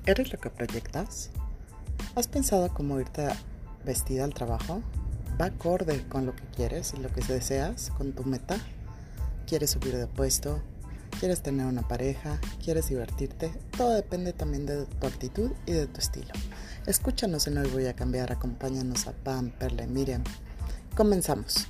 ¿Eres lo que proyectas? ¿Has pensado cómo irte vestida al trabajo? ¿Va acorde con lo que quieres y lo que deseas, con tu meta? ¿Quieres subir de puesto? ¿Quieres tener una pareja? ¿Quieres divertirte? Todo depende también de tu actitud y de tu estilo. Escúchanos en Hoy Voy a Cambiar, acompáñanos a Pam, Perla y Miriam. Comenzamos.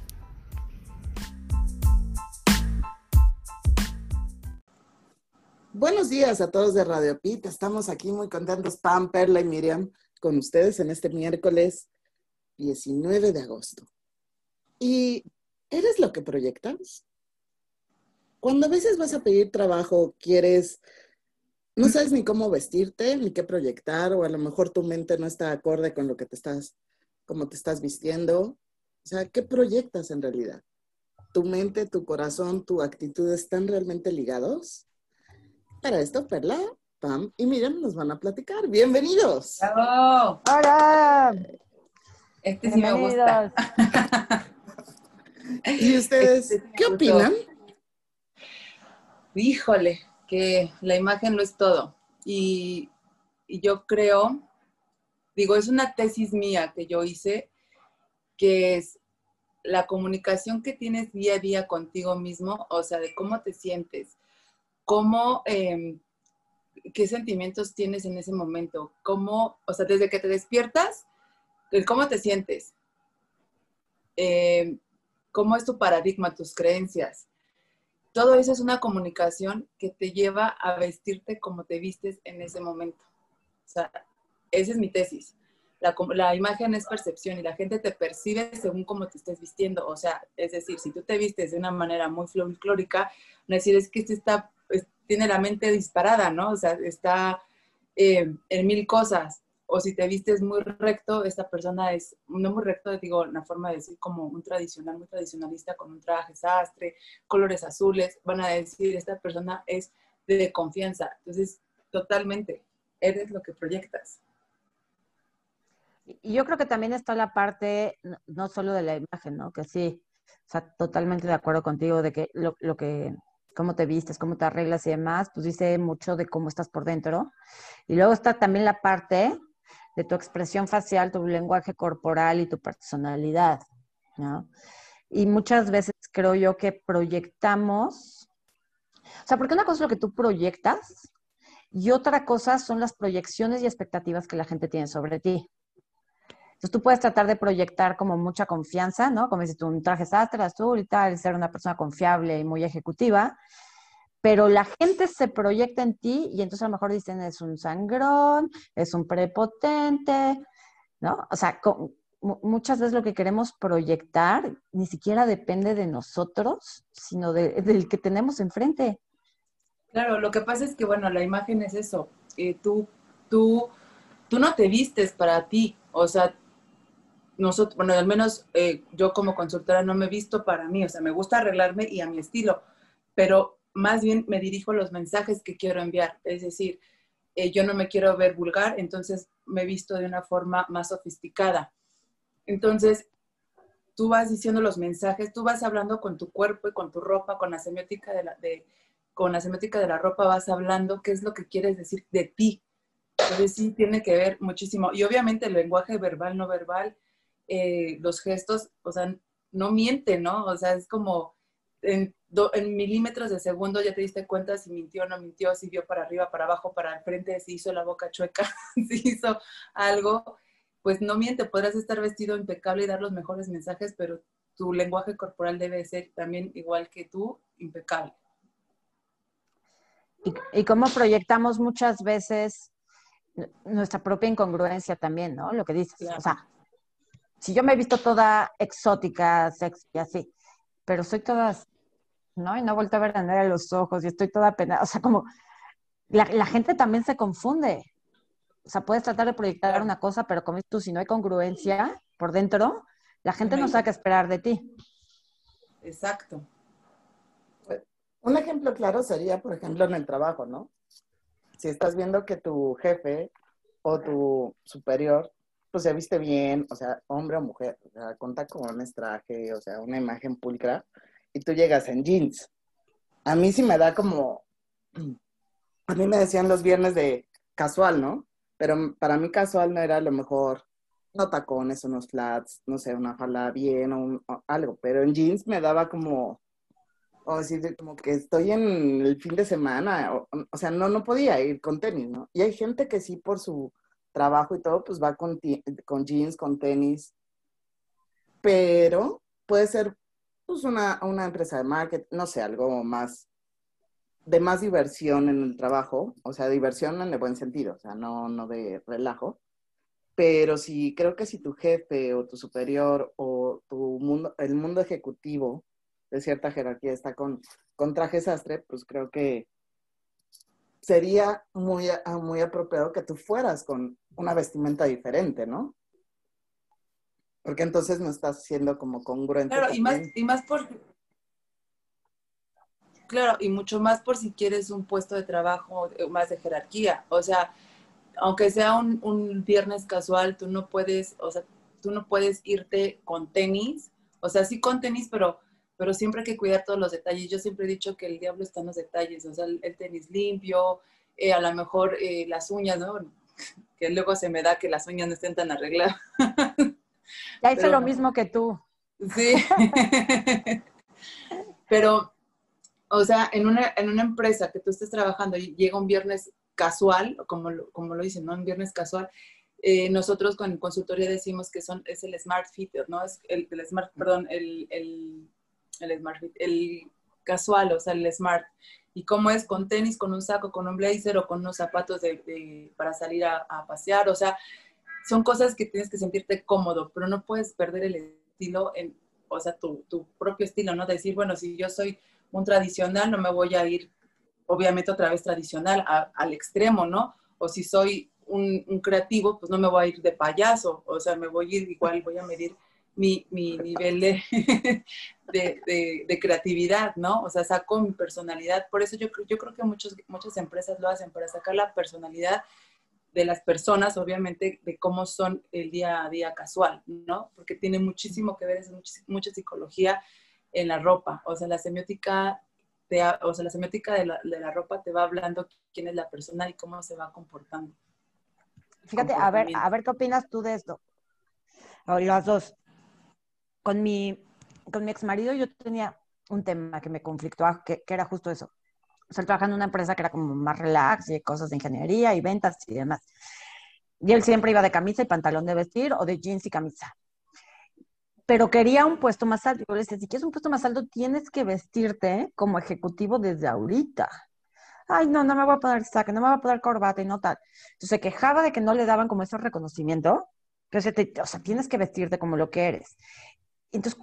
Buenos días a todos de Radio Pit. Estamos aquí muy contentos, Pam, Perla y Miriam, con ustedes en este miércoles 19 de agosto. ¿Y eres lo que proyectas? Cuando a veces vas a pedir trabajo, no sabes ni cómo vestirte, ni qué proyectar, o a lo mejor tu mente no está acorde con lo que cómo te estás vistiendo. O sea, ¿qué proyectas en realidad? ¿Tu mente, tu corazón, tu actitud están realmente ligados? Para esto, Perla, Pam y Miriam nos van a platicar. ¡Bienvenidos! ¡Bravo! ¡Hola! Este sí me gusta. Bienvenidos. ¿Y ustedes Este sí qué me gustó. opinan? Híjole, que la imagen lo es todo. Y yo creo, es una tesis mía que yo hice, que es la comunicación que tienes día a día contigo mismo, o sea, de cómo te sientes, cómo, qué sentimientos tienes en ese momento, cómo, o sea, desde que te despiertas, el cómo te sientes, eh, cómo es tu paradigma, tus creencias. Todo eso es una comunicación que te lleva a vestirte como te vistes en ese momento. O sea, esa es mi tesis. La imagen es percepción y la gente te percibe según cómo te estés vistiendo. O sea, es decir, si tú te vistes de una manera muy folclórica, no decir es que tiene la mente disparada, ¿no? O sea, está en mil cosas. O si te vistes muy recto, esta persona es, no muy recto, digo, una forma de decir como un tradicional, muy tradicionalista, con un traje sastre, colores azules, van a decir, esta persona es de confianza. Entonces, totalmente, eres lo que proyectas. Y yo creo que también está la parte, no solo de la imagen, ¿no? Que sí, o sea, totalmente de acuerdo contigo de que cómo te vistes, cómo te arreglas y demás, pues dice mucho de cómo estás por dentro. Y luego está también la parte de tu expresión facial, tu lenguaje corporal y tu personalidad, ¿no? Y muchas veces creo yo que proyectamos, o sea, porque una cosa es lo que tú proyectas y otra cosa son las proyecciones y expectativas que la gente tiene sobre ti. Entonces tú puedes tratar de proyectar como mucha confianza, ¿no? Como dices tú, un traje sastre, azul y tal, ser una persona confiable y muy ejecutiva, pero la gente se proyecta en ti y entonces a lo mejor dicen es un sangrón, es un prepotente, ¿no? O sea, muchas veces lo que queremos proyectar ni siquiera depende de nosotros, sino del que tenemos enfrente. Claro, lo que pasa es que, bueno, la imagen es eso. Tú, tú no te vistes para ti. O sea, nosotros, bueno, al menos yo como consultora no me visto para mí. O sea, me gusta arreglarme y a mi estilo, pero más bien me dirijo a los mensajes que quiero enviar. Es decir, yo no me quiero ver vulgar, entonces me visto de una forma más sofisticada. Entonces, tú vas diciendo los mensajes, tú vas hablando con tu cuerpo y con tu ropa, con la semiótica con la semiótica de la ropa vas hablando qué es lo que quieres decir de ti. Entonces sí tiene que ver muchísimo. Y obviamente el lenguaje verbal, no verbal, los gestos, o sea, no miente, ¿no? O sea, es como en milímetros de segundo ya te diste cuenta si mintió o no mintió, si vio para arriba, para abajo, para el frente, si hizo la boca chueca, si hizo algo. Pues no miente, podrás estar vestido impecable y dar los mejores mensajes, pero tu lenguaje corporal debe ser también igual que tú, impecable. Y cómo proyectamos muchas veces nuestra propia incongruencia también, ¿no? Lo que dices. O Claro. sea, si yo me he visto toda exótica, sexy, así, pero soy toda, ¿no? Y no vuelto a ver a nadie a los ojos y estoy toda pena. O sea, como la gente también se confunde. O sea, puedes tratar de proyectar Claro, una cosa, pero como dices tú, si no hay congruencia por dentro, la no gente no sabe miente. qué esperar de ti. Exacto. Un ejemplo claro sería, por ejemplo, en el trabajo, ¿no? Si estás viendo que tu jefe o tu superior, pues se viste bien, o sea, hombre o mujer, o sea, con tacones, traje, o sea, una imagen pulcra, y tú llegas en jeans. A mí sí me da como, a mí me decían los viernes de casual, ¿no? pero para mí casual no era a lo mejor no tacones, unos flats, no sé, una falda bien o algo, pero en jeans me daba como, o decir, como que estoy en el fin de semana, o sea, no podía ir con tenis, ¿no? Y hay gente que sí por su trabajo y todo, pues va con jeans, con tenis, pero puede ser pues una empresa de marketing, no sé, algo más, de más diversión en el trabajo, o sea, diversión en el buen sentido, o sea, no de relajo, pero sí, creo que si tu jefe o tu superior o tu mundo, el mundo ejecutivo de cierta jerarquía está con traje sastre, pues creo que sería muy apropiado que tú fueras con una vestimenta diferente, ¿no? Porque entonces no estás siendo como congruente Claro, también. claro, y mucho más por si quieres un puesto de trabajo más de jerarquía. O sea, aunque sea un viernes casual, tú no puedes, o sea, tú no puedes irte con tenis, o sea, sí con tenis, pero siempre hay que cuidar todos los detalles. Yo siempre he dicho que el diablo está en los detalles, o sea, el tenis limpio, a lo mejor las uñas, ¿no? Que luego se me da que las uñas no estén tan arregladas, Ya hice lo pero mismo que tú. sí, pero, o sea, en una empresa que tú estés trabajando y llega un viernes casual, como lo dicen, ¿no? Un viernes casual, nosotros con consultoría decimos que es el Smart Fit, ¿no? Es el Smart, perdón, el Smart Fit, el casual, o sea, el Smart. Y cómo es con tenis, con un saco, con un blazer o con unos zapatos para salir a pasear. O sea, son cosas que tienes que sentirte cómodo, pero no puedes perder el estilo, o sea, tu propio estilo, ¿no? Decir, bueno, si yo soy un tradicional, no me voy a ir, obviamente, otra vez tradicional al extremo, ¿no? O si soy un creativo, pues no me voy a ir de payaso, o sea, me voy a ir igual, voy a medir mi nivel de creatividad, ¿no? O sea, saco mi personalidad. Por eso yo creo que muchas empresas lo hacen, para sacar la personalidad de las personas, obviamente, de cómo son el día a día casual, ¿no? Porque tiene muchísimo que ver, es mucha psicología en la ropa. O sea, la semiótica, la semiótica de la ropa te va hablando quién es la persona y cómo se va comportando. Fíjate, a ver qué opinas tú de esto. O las dos. Con mi ex marido yo tenía un tema que me conflictó, que era justo eso. O sea, él trabajaba en una empresa que era como más relax y cosas de ingeniería y ventas y demás. Y él siempre iba de camisa y pantalón de vestir o de jeans y camisa. Pero quería un puesto más alto. Yo le decía, si quieres un puesto más alto, tienes que vestirte como ejecutivo desde ahorita. Ay, no me voy a poner saque, no me voy a poner corbata y no tal. Entonces se quejaba de que no le daban como ese reconocimiento, que o sea, tienes que vestirte como lo que eres. Entonces,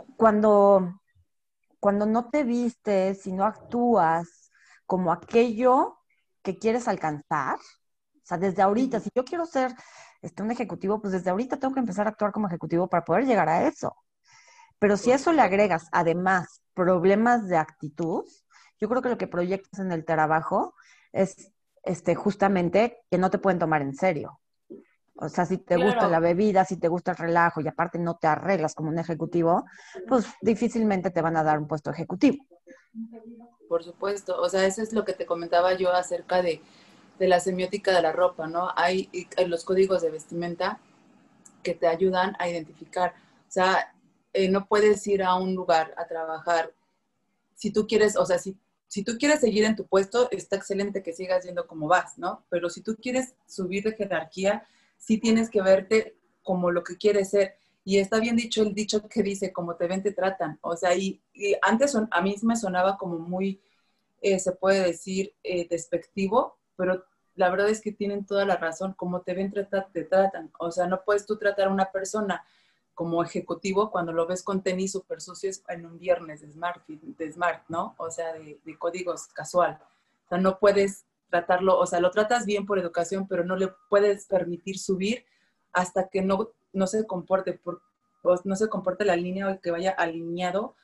cuando no te vistes y no actúas como aquello que quieres alcanzar, o sea, desde ahorita, si yo quiero ser un ejecutivo, pues desde ahorita tengo que empezar a actuar como ejecutivo para poder llegar a eso. Pero si a Por eso le supuesto. agregas, además, problemas de actitud, yo creo que lo que proyectas en el trabajo es justamente que no te pueden tomar en serio. O sea, si te gusta la Claro, bebida, si te gusta el relajo y aparte no te arreglas como un ejecutivo, pues difícilmente te van a dar un puesto ejecutivo. por supuesto. O sea, eso es lo que te comentaba yo acerca de la semiótica de la ropa, ¿no? Hay los códigos de vestimenta que te ayudan a identificar. O sea, no puedes ir a un lugar a trabajar si tú quieres, o sea, si tú quieres seguir en tu puesto, está excelente que sigas yendo como vas, ¿no? Pero si tú quieres subir de jerarquía, sí tienes que verte como lo que quieres ser. Y está bien dicho el dicho que dice, como te ven, te tratan. O sea, y antes a mí me sonaba como muy, se puede decir, despectivo, pero la verdad es que tienen toda la razón. Como te ven, te tratan. O sea, no puedes tú tratar a una persona como ejecutivo cuando lo ves con tenis súper sucios en un viernes de Smart, ¿no? O sea, de códigos casual. O sea, no puedes tratarlo, o sea, lo tratas bien por educación, pero no le puedes permitir subir hasta que no se comporte, no se comporte la línea o que vaya alineado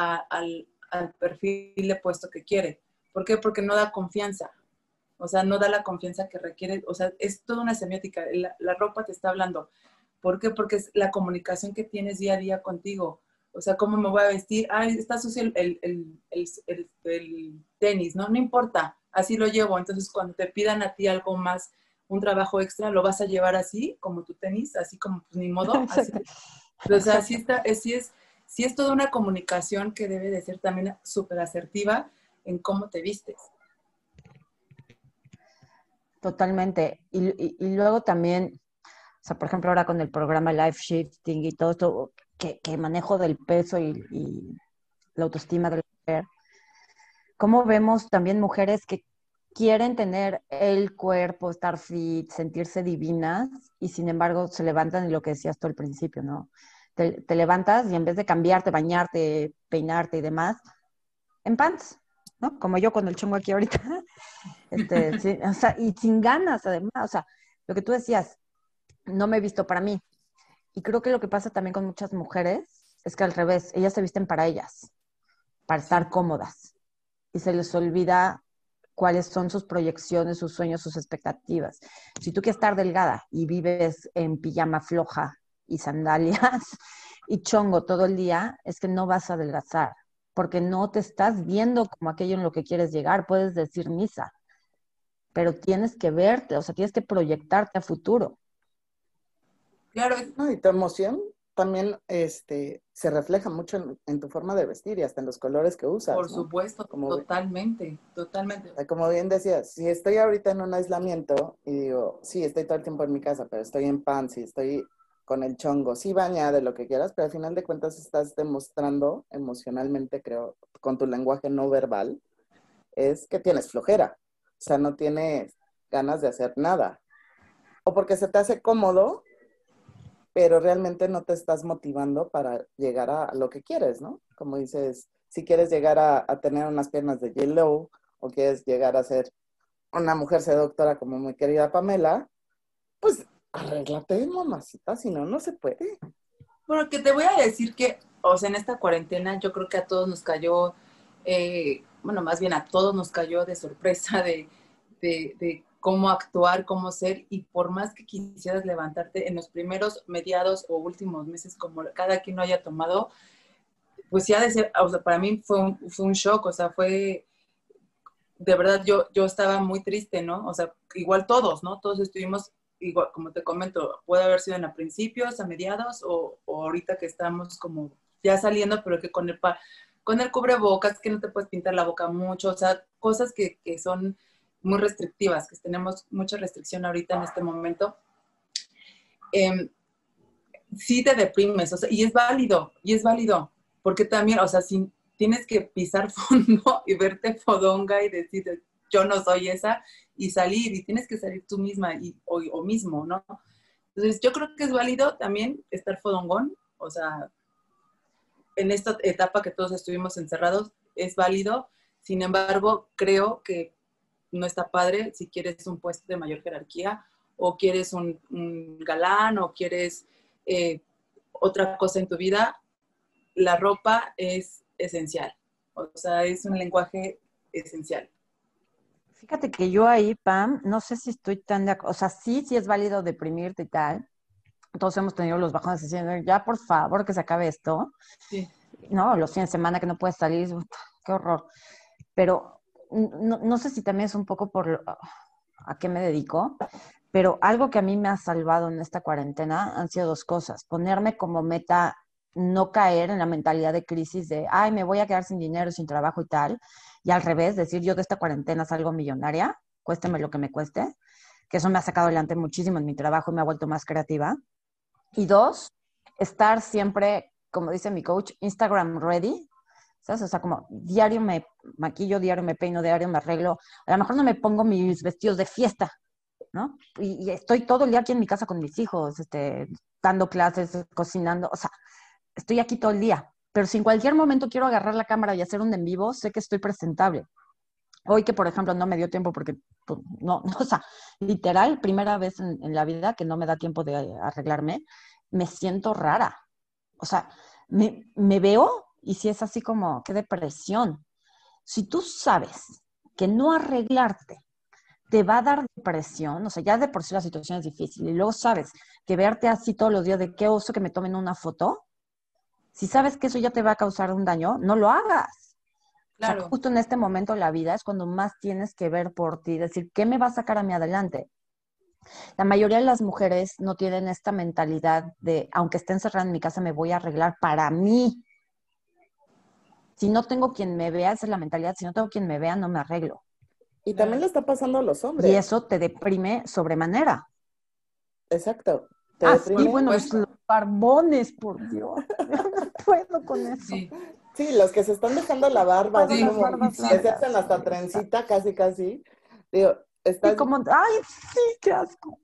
al perfil de puesto que quiere. ¿Por qué? Porque no da confianza. O sea, no da la confianza que requiere. O sea, es toda una semiótica. La ropa te está hablando. ¿Por qué? Porque es la comunicación que tienes día a día contigo. O sea, ¿cómo me voy a vestir? Ay, está sucio el tenis, ¿no? No importa, así lo llevo. Entonces, cuando te pidan a ti algo más un trabajo extra, lo vas a llevar así, como tu tenis, así como, pues ni modo, así. Exacto. O sea, sí es toda una comunicación que debe de ser también súper asertiva en cómo te vistes. Totalmente. Y luego también, o sea, por ejemplo, ahora con el programa Life Shifting y todo esto, que manejo del peso y la autoestima de la mujer, cómo vemos también mujeres que quieren tener el cuerpo, estar fit, sentirse divinas, y sin embargo se levantan y lo que decías tú al principio, ¿no? Te levantas y en vez de cambiarte, bañarte, peinarte y demás, en pants, ¿no? Como yo con el chongo aquí ahorita. Sí, o sea, y sin ganas además, o sea, lo que tú decías, no me he visto para mí. Y creo que lo que pasa también con muchas mujeres es que al revés, ellas se visten para ellas, para estar Sí. cómodas. Y se les olvida cuáles son sus proyecciones, sus sueños, sus expectativas. Si tú quieres estar delgada y vives en pijama floja y sandalias y chongo todo el día, es que no vas a adelgazar, porque no te estás viendo como aquello en lo que quieres llegar. Puedes decir misa, pero tienes que verte, o sea, tienes que proyectarte a futuro. Claro, No, y tu emoción también se refleja mucho en tu forma de vestir y hasta en los colores que por usas, ¿no? supuesto, Como, totalmente, totalmente. como bien decías, si estoy ahorita en un aislamiento y digo, sí, estoy todo el tiempo en mi casa, pero estoy en pants y estoy con el chongo, sí bañada de lo que quieras, pero al final de cuentas estás demostrando emocionalmente, creo, con tu lenguaje no verbal, es que tienes flojera, o sea, no tienes ganas de hacer nada. O porque se te hace cómodo, pero realmente no te estás motivando para llegar a lo que quieres, ¿no? Como dices, si quieres llegar a tener unas piernas de J-Lo o quieres llegar a ser una mujer seductora como mi querida Pamela, pues arréglate, mamacita, si no, no se puede. Porque te voy a decir que, o sea, en esta cuarentena yo creo que a todos nos cayó, bueno, más bien a todos nos cayó de sorpresa de cómo actuar, cómo ser, y por más que quisieras levantarte en los primeros, mediados o últimos meses, como cada quien lo haya tomado, pues sí ha de ser, o sea, para mí fue un shock, o sea, fue, de verdad, yo estaba muy triste, ¿no? O sea, igual todos, ¿no? Todos estuvimos, igual, como te comento, puede haber sido en a principios, a mediados, o ahorita que estamos como ya saliendo, pero que con el cubrebocas, que no te puedes pintar la boca mucho, o sea, cosas que son muy restrictivas, que tenemos mucha restricción ahorita en este momento. Sí te deprimes, o sea, y es válido, porque también, o sea, si tienes que pisar fondo y verte fodonga y decir, yo no soy esa, y salir, y tienes que salir tú misma o mismo, ¿no? Entonces, yo creo que es válido también estar fodongón, o sea, en esta etapa que todos estuvimos encerrados, es válido, sin embargo, creo que no está padre si quieres un puesto de mayor jerarquía, o quieres un galán, o quieres otra cosa en tu vida, la ropa es esencial. O sea, es un lenguaje esencial. Fíjate que yo ahí, Pam, no sé si estoy tan de acuerdo, o sea, sí es válido deprimirte y tal. Todos hemos tenido los bajones diciendo, ya por favor que se acabe esto, Sí. ¿no? Los fines de semana que no puedes salir, uf, qué horror. Pero no sé si también es un poco por a qué me dedico, pero algo que a mí me ha salvado en esta cuarentena han sido dos cosas. Ponerme como meta no caer en la mentalidad de crisis de, ay, me voy a quedar sin dinero, sin trabajo y tal. Y al revés, decir, yo de esta cuarentena salgo millonaria, cuésteme lo que me cueste, que eso me ha sacado adelante muchísimo en mi trabajo y me ha vuelto más creativa. Y dos, estar siempre, como dice mi coach, Instagram ready, ¿sabes? O sea, como diario me maquillo, diario me peino, diario me arreglo. A lo mejor no me pongo mis vestidos de fiesta, ¿no? Y estoy todo el día aquí en mi casa con mis hijos, dando clases, cocinando, o sea, estoy aquí todo el día. Pero si en cualquier momento quiero agarrar la cámara y hacer un en vivo, sé que estoy presentable. Hoy que, por ejemplo, no me dio tiempo porque, pues, no, o sea, literal, primera vez en la vida que no me da tiempo de arreglarme, me siento rara. O sea, me veo y si es así como, qué depresión. Si tú sabes que no arreglarte te va a dar depresión, o sea, ya de por sí la situación es difícil, y luego sabes que verte así todos los días de qué oso que me tomen una foto, si sabes que eso ya te va a causar un daño, no lo hagas. O sea, Claro. justo en este momento de la vida es cuando más tienes que ver por ti, decir, ¿qué me va a sacar a mí adelante? La mayoría de las mujeres no tienen esta mentalidad de, aunque esté encerrada en mi casa, me voy a arreglar para mí. Si no tengo quien me vea, esa es la mentalidad, si no tengo quien me vea, no me arreglo. Y también le está pasando a los Y hombres. eso te deprime sobremanera. Exacto. Te Ah, deprime. sí, bueno, los barbones, por Dios. Yo no puedo con eso. Sí. Sí, los que se están dejando la barba, así Sí, como barbas que sí. se hacen hasta trencita, casi, casi. Digo, Sí, como, ay, sí, qué asco.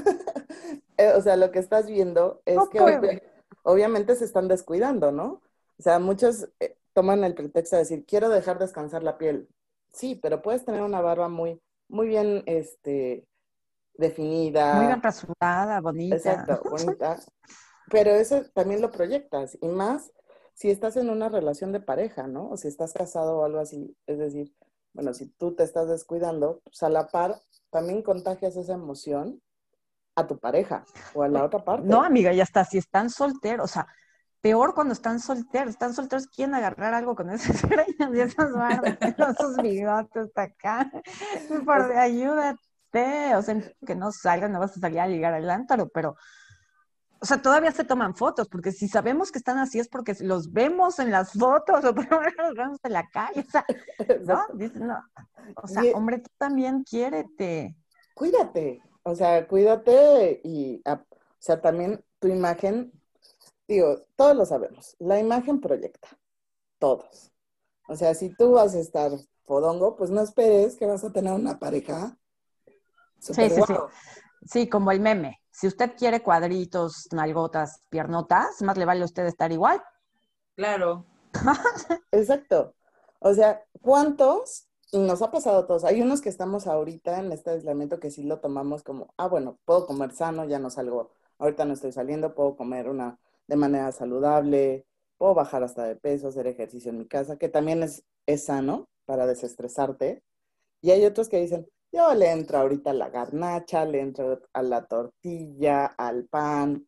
o sea, lo que estás viendo es No que puedo. obviamente se están descuidando, ¿no? O sea, muchos toman el pretexto de decir, quiero dejar descansar la piel. Sí, pero puedes tener una barba muy, muy bien, Muy definida, bien rasurada, bonita. exacto, bonita, pero eso también lo proyectas, y más si estás en una relación de pareja, ¿no? O si estás casado o algo así, es decir, bueno, si tú te estás descuidando, pues a la par también contagias esa emoción a tu pareja o a la otra No, parte. amiga, ya está, si están solteros, o sea, peor cuando están solteros, quieren agarrar algo con esas greñas y esas barbas, esos bigotes hasta acá, O por sea, ayúdate, o sea, que no salgan, no vas a salir a ligar al ántaro, pero, o sea, todavía se toman fotos, porque si sabemos que están así es porque los vemos en las fotos o por lo menos los vemos en la calle, o sea, ¿no? exacto. Dicen, no, o sea, Y hombre, tú también quiérete. cuídate, o sea, cuídate y, o sea, también tu imagen, digo, todos lo sabemos, la imagen proyecta, todos. O sea, si tú vas a estar fodongo, pues no esperes que vas a tener una pareja Sí, súper sí, sí. guau. Sí, como el meme. Si usted quiere cuadritos, nalgotas, piernotas, más le vale a usted estar igual. Claro. Exacto. O sea, ¿cuántos? Y nos ha pasado a todos. Hay unos que estamos ahorita en este aislamiento que sí lo tomamos como, bueno, puedo comer sano, ya no salgo, ahorita no estoy saliendo, puedo comer de manera saludable, puedo bajar hasta de peso, hacer ejercicio en mi casa, que también es sano para desestresarte. Y hay otros que dicen, yo le entro ahorita a la garnacha, le entro a la tortilla, al pan,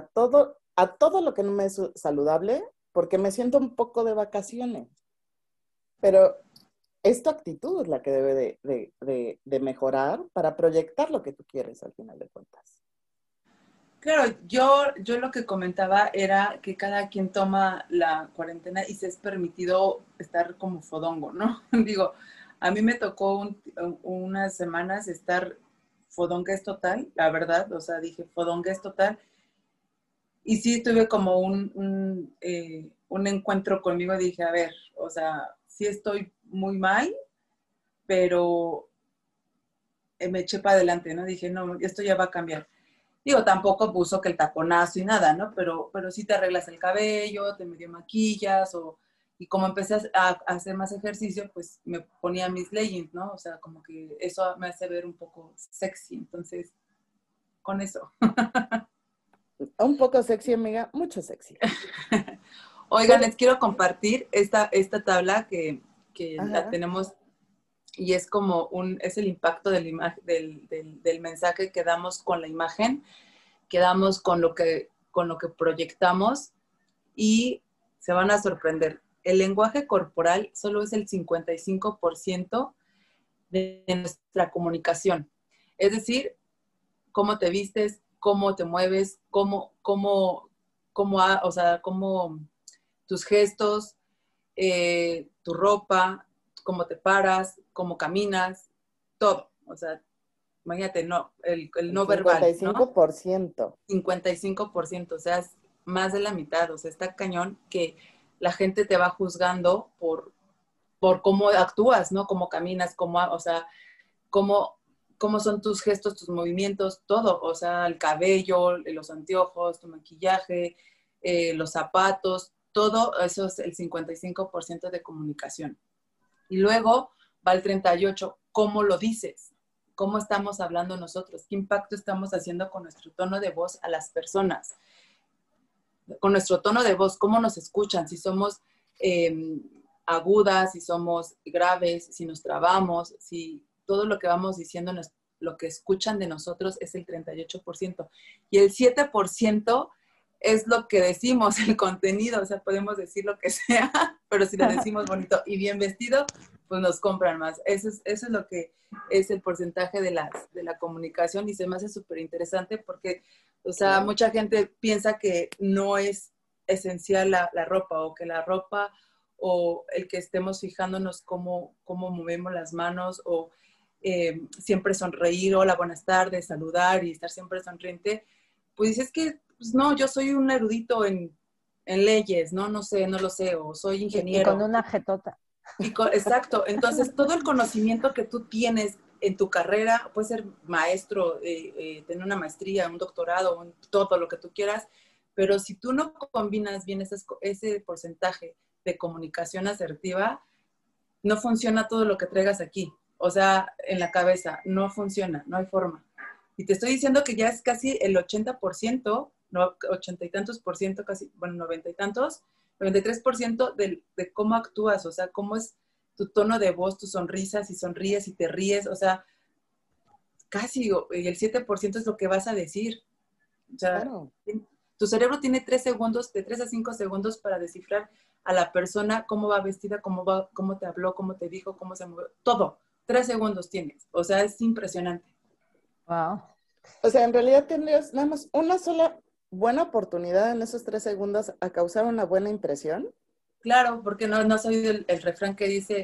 a todo lo que no me es saludable, porque me siento un poco de vacaciones. Pero es tu actitud la que debe de mejorar para proyectar lo que tú quieres al final de cuentas. Claro, yo lo que comentaba era que cada quien toma la cuarentena y se es permitido estar como fodongo, ¿no? Digo, a mí me tocó unas semanas estar fodongués total, la verdad, o sea, dije fodongués total, y sí tuve como un encuentro conmigo, dije, a ver, o sea, sí estoy muy mal, pero me eché para adelante, ¿no? Dije, no, esto ya va a cambiar. Digo, tampoco puso que el taconazo y nada, ¿no? Pero sí te arreglas el cabello, te medio maquillas, y como empecé a hacer más ejercicio, pues me ponía mis leggings, ¿no? O sea, como que eso me hace ver un poco sexy, entonces, con eso. Un poco sexy, amiga, mucho sexy. Oigan, Pero, les quiero compartir esta tabla que la ajá, tenemos y es como es el impacto del mensaje que damos con la imagen, que damos con lo que proyectamos y se van a sorprender. El lenguaje corporal solo es el 55% de nuestra comunicación. Es decir, cómo te vistes, cómo te mueves, o sea, cómo tus gestos, tu ropa, cómo te paras, cómo caminas, todo. O sea, imagínate, no, el el no cincuenta verbal, y ¿no? cinco por ciento 55%, o sea, es más de la mitad, o sea, está cañón que la gente te va juzgando por cómo actúas, ¿no? Cómo caminas, o sea, cómo, cómo son tus gestos, tus movimientos, todo, o sea, el cabello, los anteojos, tu maquillaje, los zapatos, todo eso es el 55% de comunicación. Y luego va el 38%, ¿cómo lo dices? ¿Cómo estamos hablando nosotros? ¿Qué impacto estamos haciendo con nuestro tono de voz a las personas? Con nuestro tono de voz, ¿cómo nos escuchan? Si somos agudas, si somos graves, si nos trabamos, si todo lo que vamos diciendo, lo que escuchan de nosotros es el 38%. Y el 7% es lo que decimos, el contenido, o sea, podemos decir lo que sea, pero si lo decimos bonito y bien vestido, pues nos compran más. Eso es lo que es el porcentaje de la comunicación y se me hace súper interesante porque, o sea, Claro. mucha gente piensa que no es esencial la ropa o que la ropa o el que estemos fijándonos cómo movemos las manos o siempre sonreír, hola, buenas tardes, saludar y estar siempre sonriente, pues es que, pues no, yo soy un erudito en leyes, ¿no? No sé, no lo sé, o soy Y con ingeniero. una jetota. Exacto, entonces todo el conocimiento que tú tienes en tu carrera, puede ser maestro, tener una maestría, un doctorado, todo lo que tú quieras, pero si tú no combinas bien ese porcentaje de comunicación asertiva, no funciona todo lo que traigas aquí. O sea, en la cabeza, no funciona, no hay forma. Y te estoy diciendo que ya es casi el 80%, no, 80 y tantos por ciento, casi, bueno, 90 y tantos, 93% de cómo actúas, o sea, cómo es tu tono de voz, tu sonrisa, si sonríes, si te ríes, o sea, casi, y el 7% es lo que vas a decir. O sea, Claro. tu cerebro tiene 3 segundos, de 3 a 5 segundos para descifrar a la persona, cómo va vestida, cómo te habló, cómo te dijo, cómo se movió, todo. 3 segundos tienes. O sea, es impresionante. Wow. O sea, en realidad tendrías nada más una sola buena oportunidad en esos 3 segundos a causar una buena impresión. Claro, porque no has oído el refrán que dice,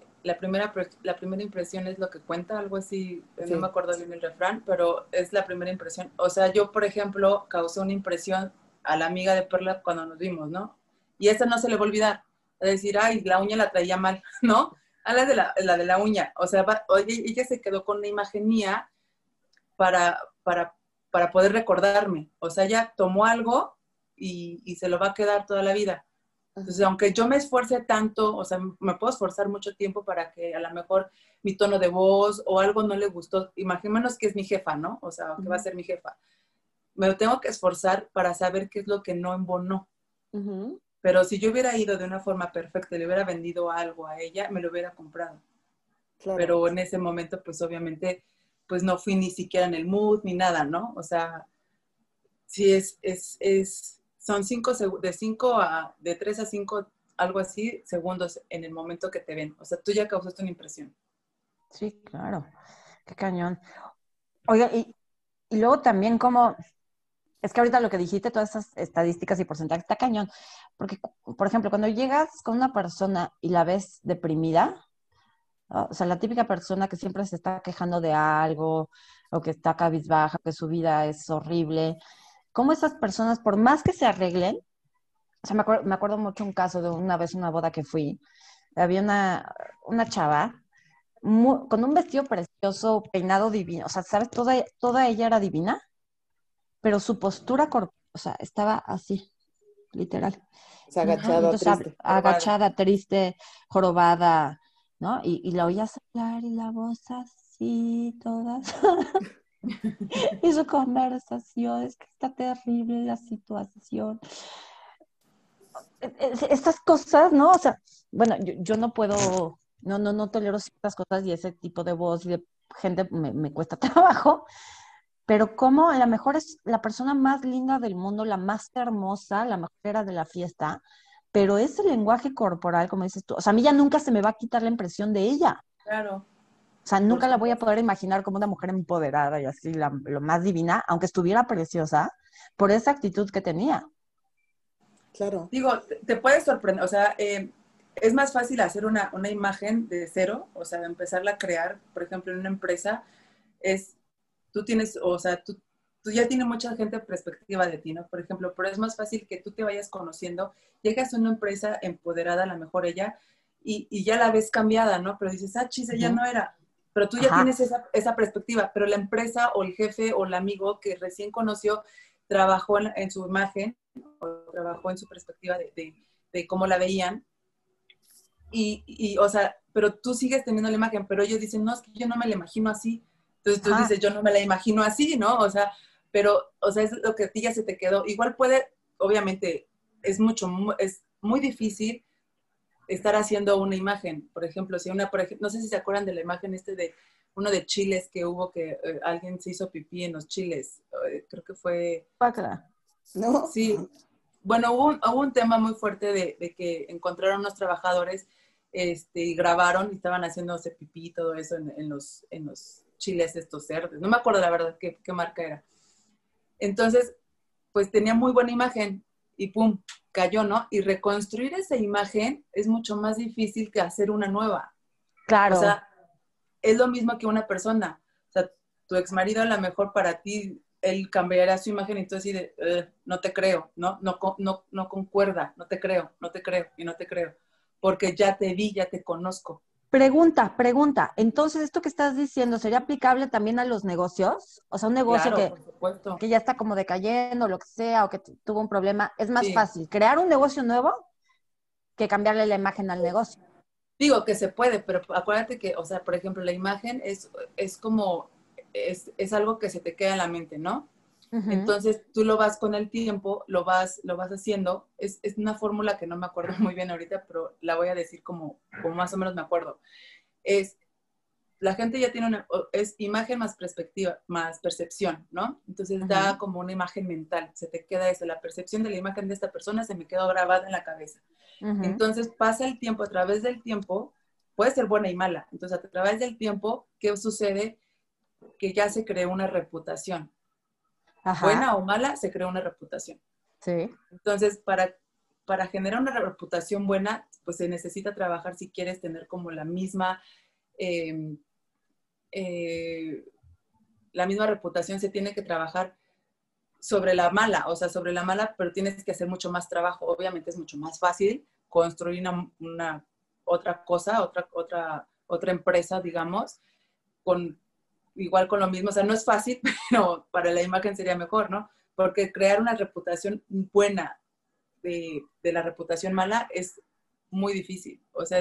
la primera impresión es lo que cuenta, algo así, no me Sí. acuerdo bien el refrán, pero es la primera impresión. O sea, yo, por ejemplo, causé una impresión a la amiga de Perla cuando nos vimos, ¿no? Y esa no se le va a olvidar. Es decir, ay, la uña la traía mal, ¿no? A la de la uña. O sea, oye, ella se quedó con una imagen mía para, para, para poder recordarme. O sea, ella tomó algo y se lo va a quedar toda la vida. Entonces, Ajá. aunque yo me esfuerce tanto, o sea, me puedo esforzar mucho tiempo para que a lo mejor mi tono de voz o algo no le gustó. Imaginémonos que es mi jefa, ¿no? O sea, que va a ser mi jefa. Me tengo que esforzar para saber qué es lo que no embonó. Ujú. Pero si yo hubiera ido de una forma perfecta y le hubiera vendido algo a ella, me lo hubiera comprado. Claro. Pero en ese momento, pues obviamente, pues no fui ni siquiera en el mood ni nada, ¿no? O sea, sí son de 3 a 5, algo así, segundos en el momento que te ven. O sea, tú ya causaste una impresión. Sí, claro. Qué cañón. Oiga, y luego también como, es que ahorita lo que dijiste, todas esas estadísticas y porcentajes, está cañón. Porque, por ejemplo, cuando llegas con una persona y la ves deprimida, ¿no? O sea, la típica persona que siempre se está quejando de algo, o que está cabizbaja, que su vida es horrible, cómo esas personas, por más que se arreglen, o sea, me acuerdo mucho un caso de una vez una boda que fui, había una chava con un vestido precioso, peinado divino, o sea, ¿sabes? Toda ella era divina, pero su postura corporal, o sea, estaba así, literal. Se Y agachada, entonces triste. Jorobada. agachada, triste, jorobada, ¿no? Y la oías hablar y la voz así, todas. Y su conversación, es que está terrible la situación. Estas cosas, ¿no? O sea, bueno, yo no puedo, no tolero ciertas cosas y ese tipo de voz y de gente me cuesta trabajo, pero como a lo mejor es la persona más linda del mundo, la más hermosa, la mejor era de la fiesta, pero ese lenguaje corporal, como dices tú, o sea, a mí ya nunca se me va a quitar la impresión de ella. Claro, O sea, por nunca la voy a supuesto. poder imaginar como una mujer empoderada y así, lo más divina, aunque estuviera preciosa, por esa actitud que tenía. Claro. Digo, te puede sorprender, o sea, es más fácil hacer una imagen de cero, o sea, empezarla a crear, por ejemplo, en una empresa, es, tú tienes, o sea, tú ya tienes mucha gente perspectiva de ti, ¿no? Por ejemplo, pero es más fácil que tú te vayas conociendo, llegas a una empresa empoderada, a lo mejor ella, y ya la ves cambiada, ¿no? Pero dices, ah, chis, ella Ujú. no era. Pero tú ya Ajá. tienes esa perspectiva, pero la empresa o el jefe o el amigo que recién conoció trabajó en su imagen o trabajó en su perspectiva de cómo la veían o sea, pero tú sigues teniendo la imagen, pero ellos dicen, no, es que yo no me la imagino así. Entonces tú Ajá. dices, yo no me la imagino así, ¿no? O sea, pero, o sea, es lo que a ti ya se te quedó. Igual puede, obviamente, es muy difícil estar haciendo una imagen. Por ejemplo, si no sé si se acuerdan de la imagen de uno de chiles que hubo que alguien se hizo pipí en los chiles. Creo que fue, Guácala. ¿No? sí, bueno, hubo un tema muy fuerte de que encontraron unos trabajadores y grabaron y estaban haciéndose pipí y todo eso en los chiles estos cerdos. No me acuerdo la verdad qué marca era. Entonces, pues tenía muy buena imagen y pum, cayó, ¿no? Y reconstruir esa imagen es mucho más difícil que hacer una nueva. Claro. O sea, es lo mismo que una persona. O sea, tu exmarido a lo mejor para ti, él cambiará su imagen y tú así de, no te creo, ¿no? No concuerda, no te creo y no te creo. Porque ya te vi, ya te conozco. Pregunta. Entonces, ¿esto que estás diciendo sería aplicable también a los negocios? O sea, un negocio Claro, por supuesto. que ya está como decayendo, lo que sea, o que tuvo un problema. Es más Sí. fácil crear un negocio nuevo que cambiarle la imagen al negocio. Digo que se puede, pero acuérdate que, o sea, por ejemplo, la imagen es como, es algo que se te queda en la mente, ¿no? Uh-huh. Entonces tú lo vas con el tiempo, lo vas haciendo. Es una fórmula que no me acuerdo muy bien ahorita, pero la voy a decir como más o menos me acuerdo. La gente ya tiene es imagen más perspectiva, más percepción, ¿no? Entonces da como una imagen mental, se te queda eso, la percepción de la imagen de esta persona se me quedó grabada en la cabeza. Entonces pasa el tiempo, a través del tiempo, puede ser buena y mala. Entonces a través del tiempo, ¿qué sucede? Que ya se creó una reputación. Ajá. Buena o mala, se creó una reputación. Sí. Entonces, para generar una reputación buena, pues se necesita trabajar si quieres tener como la misma reputación, se tiene que trabajar sobre la mala, o sea, sobre la mala, pero tienes que hacer mucho más trabajo. Obviamente es mucho más fácil construir una otra cosa, otra empresa, digamos, igual con lo mismo. O sea, no es fácil, pero para la imagen sería mejor, ¿no? Porque crear una reputación buena de la reputación mala es muy difícil. O sea,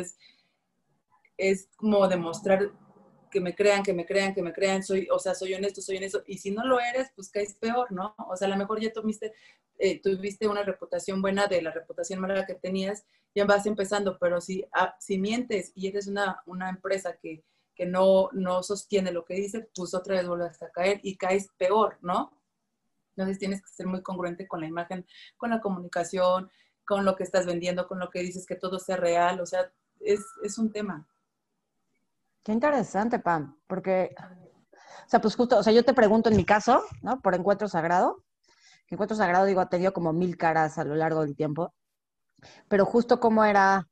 es como demostrar que me crean, soy honesto, y si no lo eres, pues caes peor, ¿no? O sea, a lo mejor ya tuviste una reputación buena de la reputación mala que tenías, ya vas empezando, pero si mientes y eres una empresa que no sostiene lo que dice, pues otra vez vuelves a caer y caes peor, ¿no? Entonces tienes que ser muy congruente con la imagen, con la comunicación, con lo que estás vendiendo, con lo que dices, que todo sea real, o sea, es un tema. Qué interesante, Pam, porque, o sea, pues justo, o sea, yo te pregunto en mi caso, ¿no? Por Encuentro Sagrado. Encuentro Sagrado, digo, ha tenido como 1000 caras a lo largo del tiempo, pero justo como era,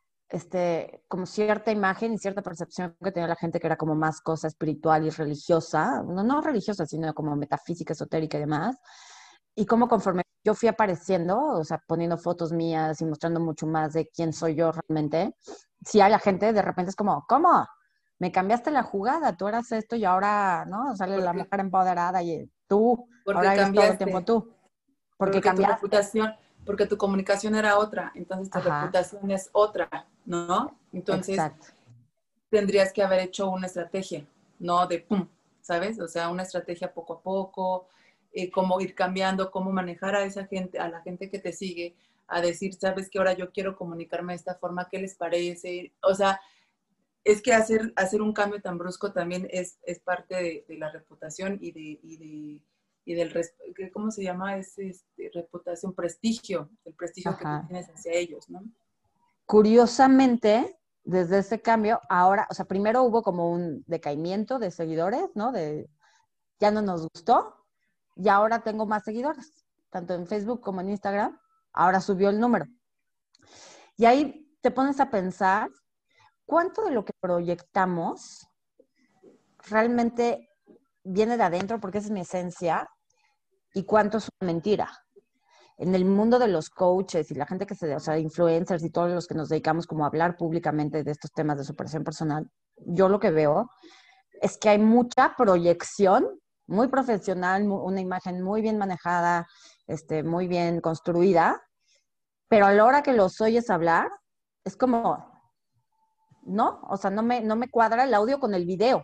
como cierta imagen y cierta percepción que tenía la gente que era como más cosa espiritual y religiosa, no religiosa, sino como metafísica, esotérica y demás, y como conforme yo fui apareciendo, o sea, poniendo fotos mías y mostrando mucho más de quién soy yo realmente, sí a la gente de repente es como, ¿cómo? Me cambiaste la jugada, tú eras esto y ahora, ¿no? Sale la mujer empoderada y tú, ahora eres todo el tiempo tú. Porque cambiaste. Porque tu comunicación era otra, entonces tu reputación es otra, ¿no? Entonces tendrías que haber hecho una estrategia, no de pum, ¿sabes? O sea, una estrategia poco a poco, cómo ir cambiando, cómo manejar a esa gente, a la gente que te sigue, a decir, ¿sabes qué? Ahora yo quiero comunicarme de esta forma, ¿qué les parece? O sea, es que hacer un cambio tan brusco también es parte de la reputación y del, ¿cómo se llama? Es reputación, prestigio, el prestigio que tú tienes hacia ellos, ¿no? Curiosamente, desde ese cambio, ahora, o sea, primero hubo como un decaimiento de seguidores, ¿no? Ya no nos gustó, y ahora tengo más seguidores, tanto en Facebook como en Instagram, ahora subió el número. Y ahí te pones a pensar, ¿cuánto de lo que proyectamos realmente viene de adentro, porque esa es mi esencia, y cuánto es una mentira? En el mundo de los coaches y la gente o sea, influencers y todos los que nos dedicamos como a hablar públicamente de estos temas de superación personal, yo lo que veo es que hay mucha proyección, muy profesional, una imagen muy bien manejada, muy bien construida, pero a la hora que los oyes hablar, es como, ¿no? O sea, no me cuadra el audio con el video.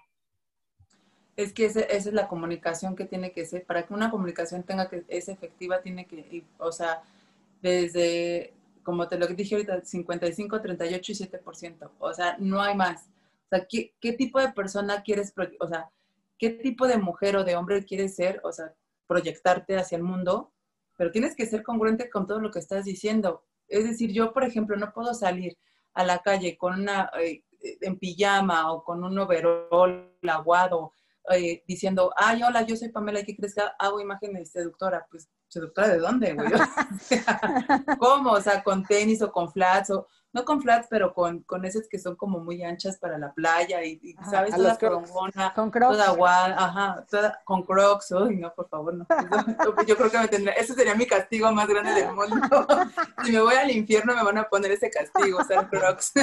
Es que esa es la comunicación que tiene que ser. Para que una comunicación es efectiva, tiene que, o sea, desde, como te lo dije ahorita, 55, 38 y 7%. O sea, no hay más. O sea, ¿qué tipo de persona quieres, o sea, qué tipo de mujer o de hombre quieres ser? O sea, proyectarte hacia el mundo, pero tienes que ser congruente con todo lo que estás diciendo. Es decir, yo, por ejemplo, no puedo salir a la calle con en pijama o con un overol aguado, diciendo, ay, hola, yo soy Pamela, ¿y qué crees que hago imágenes seductora? Pues, ¿seductora de dónde, güey? O sea, ¿cómo? O sea, con tenis o con flats, o no con flats, pero con esas que son como muy anchas para la playa y ¿sabes? A Toda los Crocs. frongona, Con Crocs. toda aguada, ajá, toda con Crocs. Uy, no, por favor, no. Yo creo que ese sería mi castigo más grande del mundo. Si me voy al infierno me van a poner ese castigo, usar Crocs.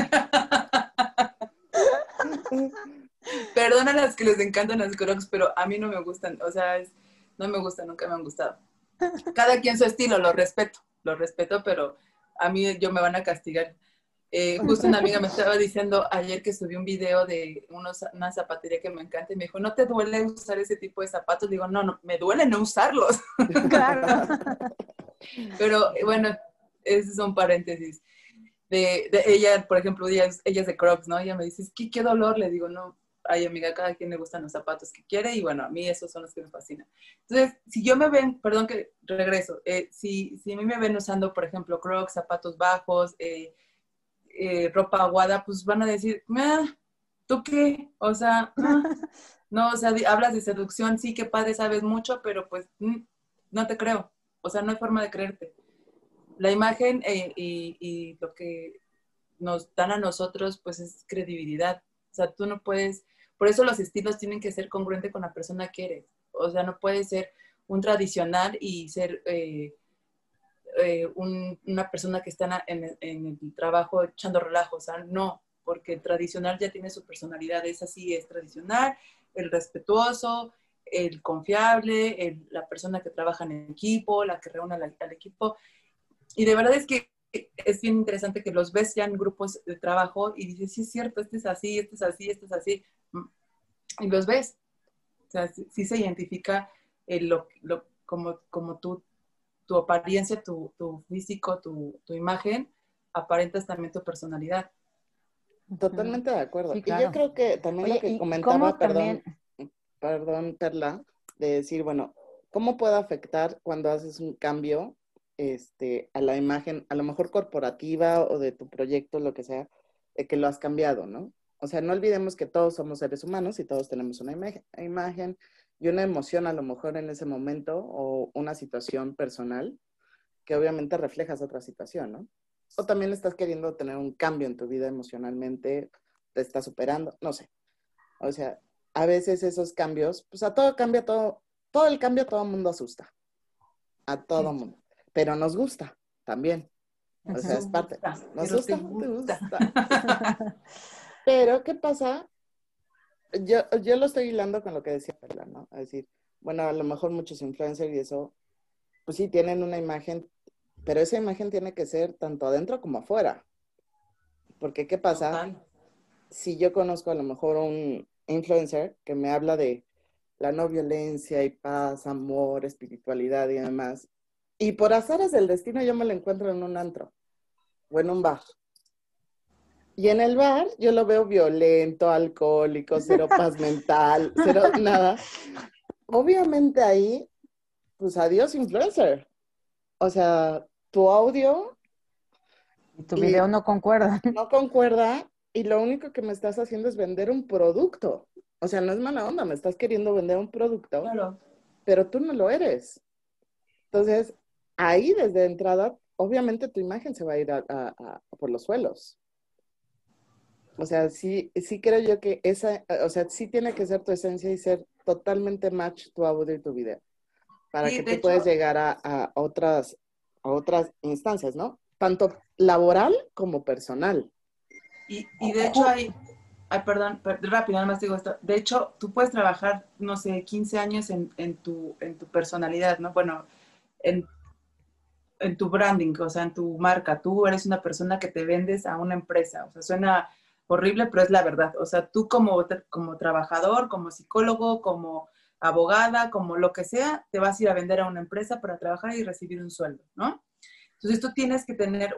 Perdón a las que les encantan las Crocs, pero a mí no me gustan, o sea, no me gustan, nunca me han gustado. Cada quien su estilo, lo respeto, pero a mí me van a castigar. Justo una amiga me estaba diciendo ayer que subí un video de una zapatería que me encanta y me dijo, ¿no te duele usar ese tipo de zapatos? Digo, no, me duele no usarlos. Claro. Pero bueno, esos son paréntesis. De ella, por ejemplo, ella es de Crocs, ¿no? Ella me dice, qué dolor. Le digo, no, ay, amiga, cada quien le gustan los zapatos que quiere y bueno, a mí esos son los que me fascinan. Entonces, si yo me ven, perdón que regreso, si a mí me ven usando, por ejemplo, Crocs, zapatos bajos, ropa aguada, pues van a decir, ¿tú qué? O sea, no, o sea, hablas de seducción, sí, qué padre, sabes mucho, pero pues no te creo. O sea, no hay forma de creerte. La imagen y lo que nos dan a nosotros, pues es credibilidad. O sea, tú no puedes, por eso los estilos tienen que ser congruentes con la persona que eres. O sea, no puedes ser un tradicional y ser una persona que está en el trabajo echando relajo. O sea, no, porque el tradicional ya tiene su personalidad. Es así, es tradicional, el respetuoso, el confiable, la persona que trabaja en equipo, la que reúne al equipo. Y de verdad es que es bien interesante que los ves ya en grupos de trabajo y dices, sí es cierto, este es así, este es así, este es así. Y los ves. O sea, sí se identifica como tu apariencia, tu físico, tu imagen, aparentas también tu personalidad. Totalmente de acuerdo. Sí, Y yo claro. creo que también Oye, lo que ¿y comentaba, cómo también? perdón, Perla, de decir, bueno, ¿cómo puede afectar cuando haces un cambio a la imagen, a lo mejor corporativa o de tu proyecto, lo que sea, de que lo has cambiado, ¿no? O sea, no olvidemos que todos somos seres humanos y todos tenemos una imagen y una emoción a lo mejor en ese momento o una situación personal que obviamente reflejas otra situación, ¿no? O también estás queriendo tener un cambio en tu vida emocionalmente, te estás superando, no sé. O sea, a veces esos cambios, pues a todo cambia, todo el cambio a todo mundo asusta, a todo mundo, pero nos gusta también. O sea, es parte. ¿Nos gusta? ¿Te gusta? Pero, ¿qué pasa? Yo lo estoy hilando con lo que decía Perla, ¿no? Es decir, bueno, a lo mejor muchos influencers y eso, pues sí, tienen una imagen, pero esa imagen tiene que ser tanto adentro como afuera. Porque, ¿qué pasa? Total. Si yo conozco a lo mejor un influencer que me habla de la no violencia y paz, amor, espiritualidad y demás, y por azares del destino yo me lo encuentro en un antro o en un bar. Y en el bar yo lo veo violento, alcohólico, cero paz mental, cero nada. Obviamente ahí, pues adiós influencer. O sea, tu audio Y tu y video no concuerda. no concuerda y lo único que me estás haciendo es vender un producto. O sea, no es mala onda, me estás queriendo vender un producto, Claro. pero tú no lo eres. Entonces, ahí desde entrada, obviamente tu imagen se va a ir por los suelos. O sea, sí creo yo que o sea, sí tiene que ser tu esencia y ser totalmente match tu audio y tu video para Sí, que de tú puedas hecho, llegar a otras instancias, ¿no? Tanto laboral como personal. y de hecho perdón, rápido, nada más digo esto. De hecho, tú puedes trabajar, no sé, 15 años en tu personalidad, ¿no? Bueno, en, en tu branding, o sea, en tu marca. Tú eres una persona que te vendes a una empresa. O sea, suena horrible, pero es la verdad. O sea, tú como trabajador, como psicólogo, como abogada, como lo que sea, te vas a ir a vender a una empresa para trabajar y recibir un sueldo, ¿no? Entonces tú tienes que tener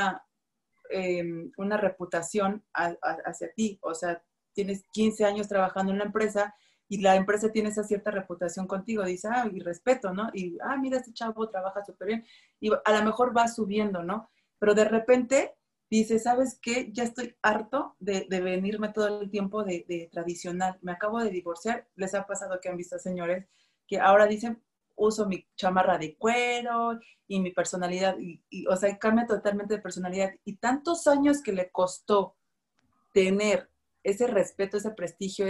una reputación hacia ti. O sea, tienes 15 años trabajando en la empresa y la empresa tiene esa cierta reputación contigo. Dice, y respeto, ¿no? Y, mira, este chavo trabaja súper bien. Y a lo mejor va subiendo, ¿no? Pero de repente dice, ¿sabes qué? Ya estoy harto de venirme todo el tiempo de tradicional. Me acabo de divorciar. Les ha pasado que han visto señores que ahora dicen, uso mi chamarra de cuero y mi personalidad, o sea, cambia totalmente de personalidad. Y tantos años que le costó tener ese respeto, ese prestigio,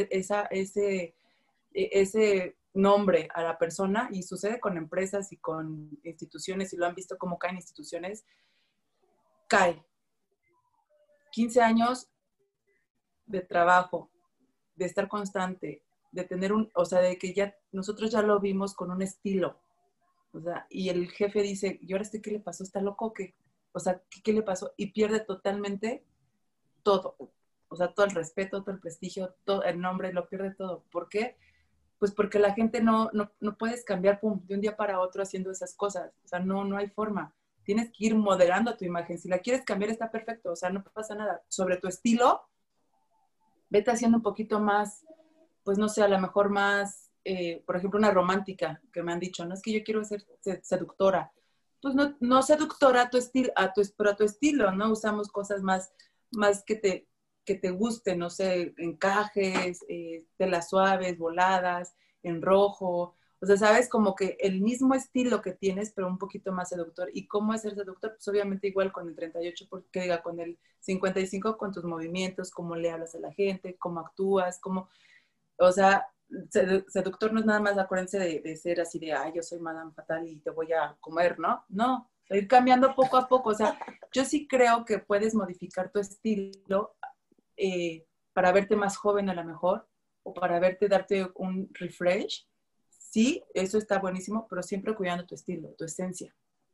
ese nombre a la persona, y sucede con empresas y con instituciones, y lo han visto cómo caen instituciones, cae. 15 años de trabajo, de estar constante, de tener o sea, de que ya nosotros ya lo vimos con un estilo, o sea, y el jefe dice, ¿y ahora qué le pasó? ¿Está loco o qué? O sea, ¿qué le pasó? Y pierde totalmente todo, o sea, todo el respeto, todo el prestigio, todo el nombre, lo pierde todo. ¿Por qué? Pues porque la gente no puedes cambiar, pum, de un día para otro haciendo esas cosas, o sea, no hay forma. Tienes que ir moderando tu imagen. Si la quieres cambiar, está perfecto, o sea, no pasa nada. Sobre tu estilo, vete haciendo un poquito más, pues no sé, a lo mejor más, por ejemplo, una romántica, que me han dicho, no es que yo quiero ser seductora. Pues no seductora a tu estilo, pero a tu estilo, ¿no? Usamos cosas más que te gusten, no sé, encajes, telas suaves, voladas, en rojo. O sea, sabes, como que el mismo estilo que tienes, pero un poquito más seductor. ¿Y cómo es ser seductor? Pues obviamente igual con el 38, porque diga, con el 55, con tus movimientos, cómo le hablas a la gente, cómo actúas, o sea, seductor no es nada más, acuérdense de ser así de, ay, yo soy Madame Fatal y te voy a comer, ¿no? No, ir cambiando poco a poco. O sea, yo sí creo que puedes modificar tu estilo para verte más joven a lo mejor, o para darte un refresh. Sí, eso está buenísimo, pero siempre cuidando tu estilo, tu esencia.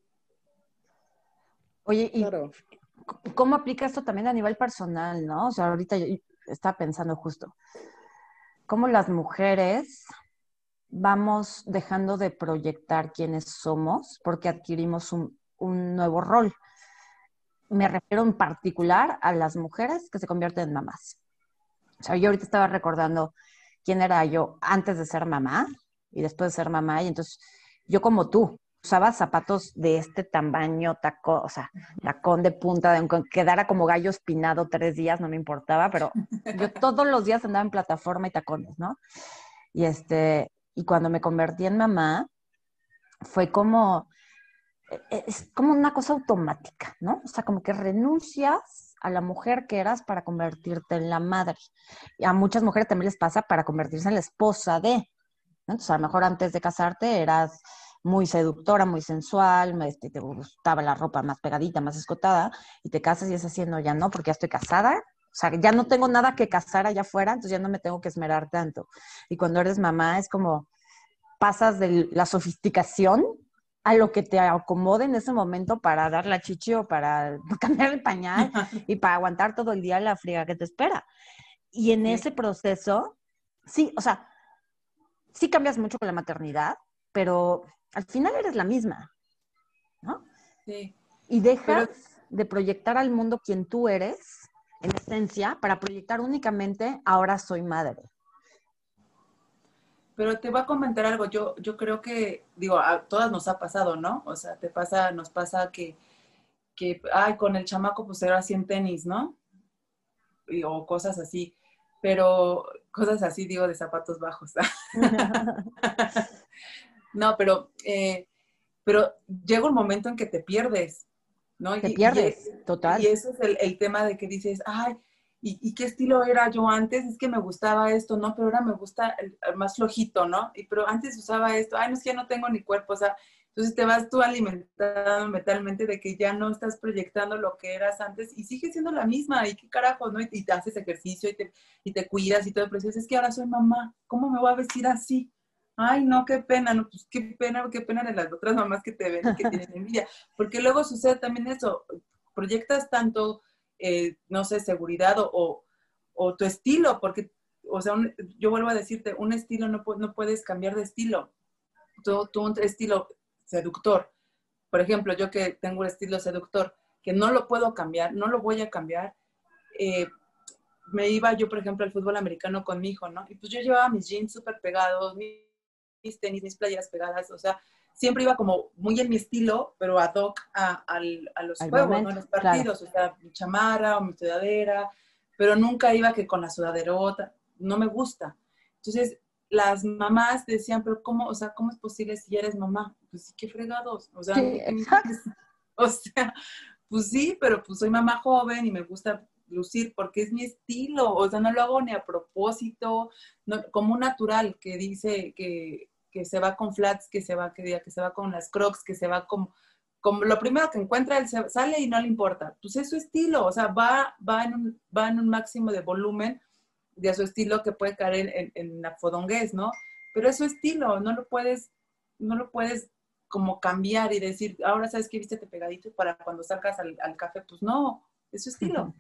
Oye, ¿y Claro. cómo aplica esto también a nivel personal, no? O sea, ahorita yo estaba pensando justo, cómo las mujeres vamos dejando de proyectar quiénes somos porque adquirimos un nuevo rol. Me refiero en particular a las mujeres que se convierten en mamás. O sea, yo ahorita estaba recordando quién era yo antes de ser mamá y después de ser mamá, y entonces yo como tú, usaba zapatos de este tamaño, o sea, tacón de punta, aunque quedara como gallo espinado 3 días, no me importaba, pero yo todos los días andaba en plataforma y tacones, ¿no? Y y cuando me convertí en mamá, fue como, es como una cosa automática, ¿no? O sea, como que renuncias a la mujer que eras para convertirte en la madre. Y a muchas mujeres también les pasa para convertirse en la esposa de, ¿no? Entonces, a lo mejor antes de casarte eras muy seductora, muy sensual, te gustaba la ropa más pegadita, más escotada, y te casas y es así, no, ya no, porque ya estoy casada, o sea, ya no tengo nada que casar allá afuera, entonces ya no me tengo que esmerar tanto. Y cuando eres mamá es como pasas de la sofisticación a lo que te acomode en ese momento para dar la chichi o para cambiar el pañal y para aguantar todo el día la friega que te espera. Y en ese proceso, sí, o sea, sí cambias mucho con la maternidad, pero al final eres la misma, ¿no? Sí, Y dejas pero de proyectar al mundo quien tú eres, en esencia, para proyectar únicamente ahora soy madre. Pero te voy a comentar algo, yo creo que, digo, a todas nos ha pasado, ¿no? O sea, nos pasa ay, con el chamaco pues era así en tenis, ¿no? O cosas así, pero cosas así, digo, de zapatos bajos. No, pero llega un momento en que te pierdes, ¿no? Te pierdes, Y total. eso es el tema de que dices, ay, ¿y qué estilo era yo antes? Es que me gustaba esto, ¿no? Pero ahora me gusta el más flojito, ¿no? Pero antes usaba esto, ay, no, es que ya no tengo ni cuerpo, o sea, entonces te vas tú alimentando mentalmente de que ya no estás proyectando lo que eras antes y sigues siendo la misma, y qué carajo, ¿no? Y te haces ejercicio y te cuidas y todo, pero dices, es que ahora soy mamá, ¿cómo me voy a vestir así? Ay, no, qué pena, no, pues qué pena de las otras mamás que te ven y que tienen envidia. Porque luego sucede también eso, proyectas tanto, no sé, seguridad o tu estilo, porque, o sea, yo vuelvo a decirte, un estilo no puedes cambiar de estilo. Tú un estilo seductor, por ejemplo, yo que tengo un estilo seductor, que no lo puedo cambiar, no lo voy a cambiar, me iba yo, por ejemplo, al fútbol americano con mi hijo, ¿no? Y pues yo llevaba mis jeans súper pegados, mis tenis, mis playeras pegadas, o sea, siempre iba como muy en mi estilo, pero ad hoc a los Al juegos, momento, ¿no? A los claro. partidos, o sea, mi chamarra o mi sudadera, pero nunca iba que con la sudaderota, no me gusta. Entonces, las mamás decían, pero ¿cómo, o sea, cómo es posible si ya eres mamá? Pues sí, qué fregados, o sea, Sí, ¿qué me exacto. dices? O sea, pues sí, pero pues soy mamá joven y me gusta lucir porque es mi estilo, o sea, no lo hago ni a propósito, no, como un natural que dice que se va con flats, que se va con las crocs, que se va como lo primero que encuentra, él sale y no le importa. Pues es su estilo, o sea, va en un máximo de volumen de su estilo que puede caer en la fodonguez, ¿no? Pero es su estilo, no lo puedes como cambiar y decir, ahora sabes que vístete pegadito para cuando salgas al café, pues no, es su estilo.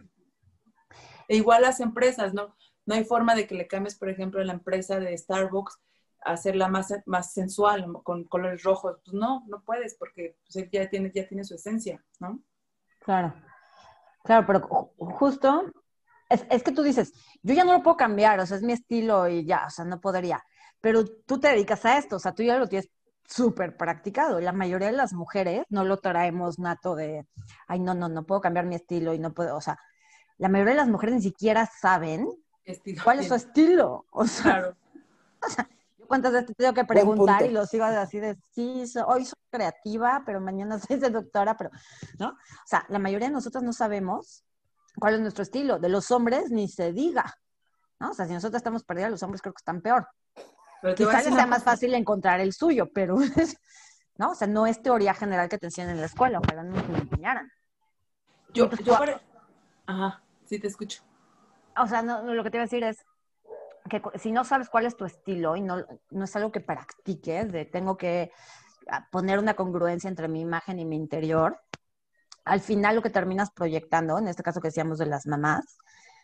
E igual las empresas, ¿no? No hay forma de que le cambies, por ejemplo, la empresa de Starbucks a hacerla más sensual, con colores rojos. Pues no, no puedes, porque pues, él ya tiene su esencia, ¿no? Claro, claro, pero justo es que tú dices, yo ya no lo puedo cambiar, o sea, es mi estilo y ya, o sea, no podría. Pero tú te dedicas a esto, o sea, tú ya lo tienes súper practicado. La mayoría de las mujeres no lo traemos nato de, ay, no puedo cambiar mi estilo y no puedo, o sea, la mayoría de las mujeres ni siquiera saben Estilo cuál es su tiene. estilo. O sea, Claro. yo cuántas veces te tengo que Buen preguntar y punto. lo sigo así de, sí, hoy soy creativa, pero mañana soy seductora, pero, ¿no? O sea, la mayoría de nosotros no sabemos cuál es nuestro estilo. De los hombres ni se diga, ¿no? O sea, si nosotros estamos perdidas, los hombres creo que están peor. Pero te voy a Quizá decir les sea una más cosa. fácil encontrar el suyo, pero, ¿no? O sea, no es teoría general que te enseñan en la escuela, ojalá no nos lo enseñaran. Y entonces, Yo para... Ajá, sí te escucho. o sea, lo que te iba a decir es que si no sabes cuál es tu estilo y no es algo que practiques, de tengo que poner una congruencia entre mi imagen y mi interior, al final lo que terminas proyectando, en este caso que decíamos de las mamás,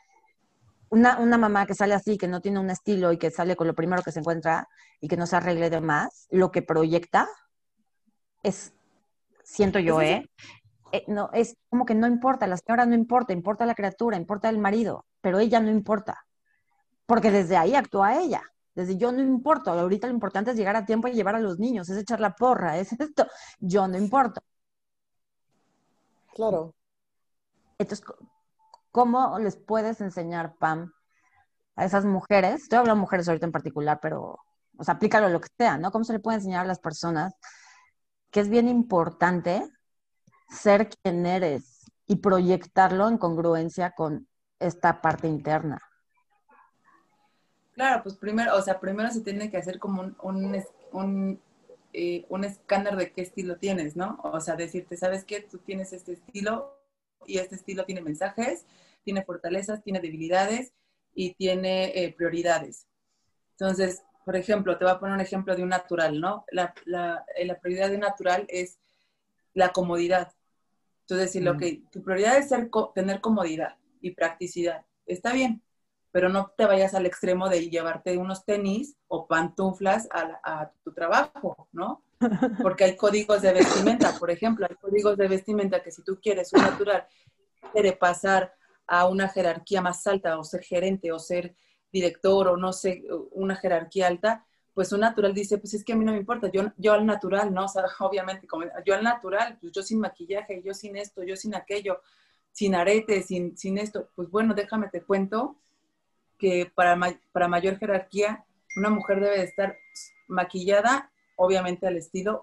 una mamá que sale así, que no tiene un estilo y que sale con lo primero que se encuentra y que no se arregle de más, lo que proyecta es, siento Es yo, eso. no, es como que no importa, la señora no importa, importa la criatura, importa el marido, pero ella no importa, porque desde ahí actúa ella. Desde yo no importo, ahorita lo importante es llegar a tiempo y llevar a los niños, es echar la porra, es esto, yo no importo. Claro. Entonces, ¿cómo les puedes enseñar, Pam, a esas mujeres? Estoy hablando de mujeres ahorita en particular, pero, o sea, aplícalo a lo que sea, ¿no? ¿Cómo se le puede enseñar a las personas que es bien importante ser quien eres y proyectarlo en congruencia con esta parte interna? Claro, pues primero, o sea, primero se tiene que hacer como un escáner de qué estilo tienes, ¿no? O sea, decirte, ¿sabes qué? Tú tienes este estilo y este estilo tiene mensajes, tiene fortalezas, tiene debilidades y tiene prioridades. Entonces, por ejemplo, te voy a poner un ejemplo de un natural, ¿no? La prioridad de un natural es la comodidad. Entonces, si lo que tu prioridad es tener comodidad y practicidad, está bien, pero no te vayas al extremo de llevarte unos tenis o pantuflas a tu trabajo, ¿no? Porque hay códigos de vestimenta, por ejemplo, hay códigos de vestimenta que si tú quieres un natural, quiere pasar a una jerarquía más alta o ser gerente o ser director o no sé, una jerarquía alta, pues un natural dice, pues es que a mí no me importa, yo al natural, ¿no? O sea, obviamente, como, yo al natural, pues yo sin maquillaje, yo sin esto, yo sin aquello, sin aretes, sin esto, pues bueno, déjame te cuento que para mayor jerarquía, una mujer debe de estar maquillada, obviamente al estilo,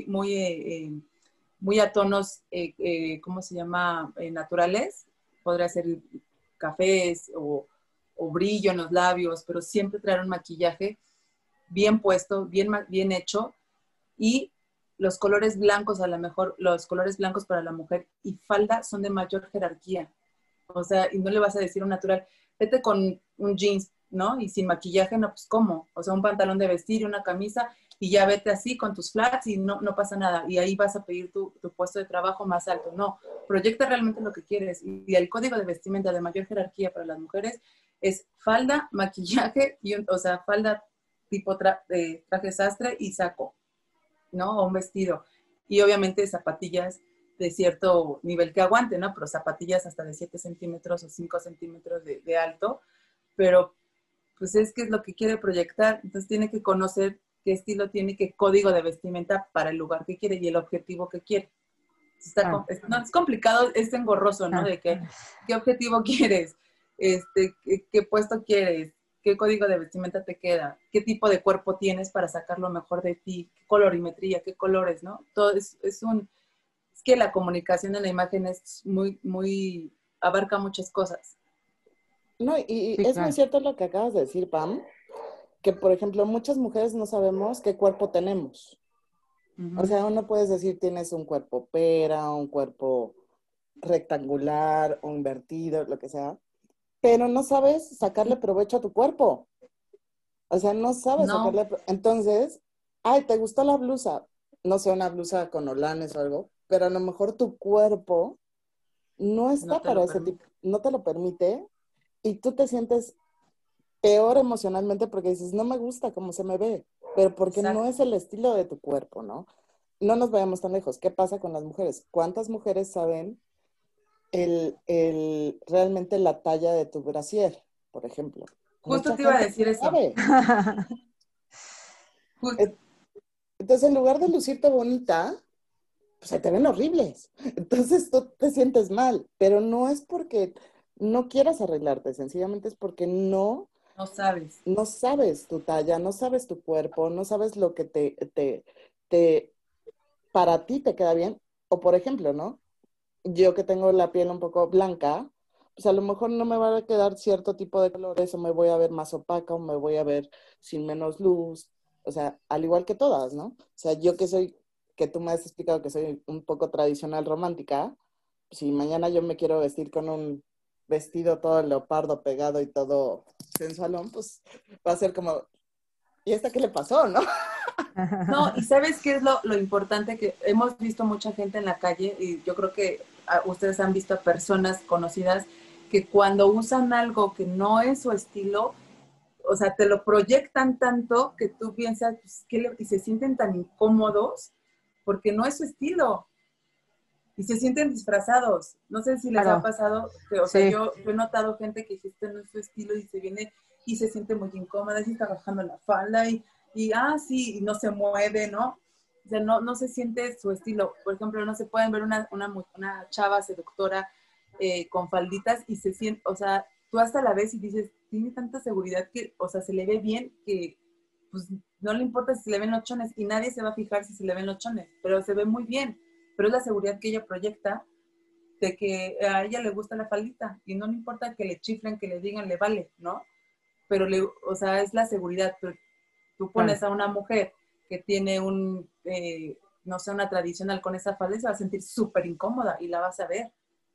muy a tonos, ¿cómo se llama? Naturales. Podría ser cafés o brillo en los labios, pero siempre traer un maquillaje bien puesto, bien hecho y los colores blancos, a lo mejor, los colores blancos para la mujer y falda son de mayor jerarquía. O sea, y no le vas a decir a un natural, vete con un jeans, ¿no? Y sin maquillaje, no, pues ¿cómo? O sea, un pantalón de vestir y una camisa y ya vete así con tus flats y no pasa nada. Y ahí vas a pedir tu puesto de trabajo más alto. No, proyecta realmente lo que quieres. Y el código de vestimenta de mayor jerarquía para las mujeres es falda, maquillaje, o sea, falda tipo traje sastre y saco, ¿no? O un vestido. Y obviamente zapatillas de cierto nivel que aguante, ¿no? Pero zapatillas hasta de 7 centímetros o 5 centímetros de alto, pero pues es que es lo que quiere proyectar, entonces tiene que conocer qué estilo tiene, qué código de vestimenta para el lugar que quiere y el objetivo que quiere. Es complicado, es engorroso, ¿no? De que, ¿qué objetivo quieres? ¿Qué puesto quieres? ¿Qué código de vestimenta te queda? ¿Qué tipo de cuerpo tienes para sacar lo mejor de ti? ¿Qué colorimetría? ¿Qué colores, no? Todo es que la comunicación en la imagen es muy, abarca muchas cosas. No, y Sí, es muy claro. cierto lo que acabas de decir, Pam, que por ejemplo muchas mujeres no sabemos qué cuerpo tenemos. O sea, uno puedes decir tienes un cuerpo pera, un cuerpo rectangular o invertido, lo que sea, pero no sabes sacarle provecho a tu cuerpo. O sea, no sabes No, sacarle. Entonces, ay, ¿te gustó la blusa? No sé, una blusa con holanes o algo, pero a lo mejor tu cuerpo no no está te para lo ese tipo, permite. no te lo permite y tú te sientes peor emocionalmente porque dices, no me gusta cómo se me ve, pero porque no Exacto. es el estilo de tu cuerpo, ¿no? No nos vayamos tan lejos. ¿Qué pasa con las mujeres? ¿Cuántas mujeres saben realmente la talla de tu brasier, por ejemplo? Justo Mucha te iba a gente decir no eso. sabe. Justo, Entonces, en lugar de lucirte bonita, pues se te ven horribles. Entonces tú te sientes mal, pero no es porque no quieras arreglarte, sencillamente es porque no sabes. no sabes tu talla, no sabes tu cuerpo, no sabes lo que te para ti te queda bien. O por ejemplo, ¿no? Yo que tengo la piel un poco blanca, pues a lo mejor no me va a quedar cierto tipo de colores o me voy a ver más opaca o me voy a ver sin menos luz. O sea, al igual que todas, ¿no? O sea, yo que tú me has explicado que soy un poco tradicional romántica, si mañana yo me quiero vestir con un vestido todo leopardo pegado y todo sensualón, pues va a ser como, ¿y esta qué le pasó, no? No, y ¿sabes qué es lo importante? Que hemos visto mucha gente en la calle y yo creo que ustedes han visto a personas conocidas que cuando usan algo que no es su estilo, o sea, te lo proyectan tanto que tú piensas, pues, y se sienten tan incómodos porque no es su estilo y se sienten disfrazados. No sé si les ha Claro, pasado que, o sea, sí. yo he notado gente que dice, este no es su estilo y se viene y se siente muy incómoda y se está bajando la falda sí, y no se mueve, ¿no? O sea, no se siente su estilo. Por ejemplo, no se pueden ver una chava seductora con falditas y se siente, o sea, tú hasta la ves y dices, tiene tanta seguridad que, o sea, se le ve bien que, pues, no le importa si se le ven los chones y nadie se va a fijar si se le ven los chones, pero se ve muy bien. Pero es la seguridad que ella proyecta de que a ella le gusta la faldita y no le importa que le chiflen, que le digan, le vale, ¿no? Pero, o sea, es la seguridad. Pero tú Claro. pones a una mujer que tiene no sé, una tradicional con esa falda y se va a sentir súper incómoda y la vas a ver.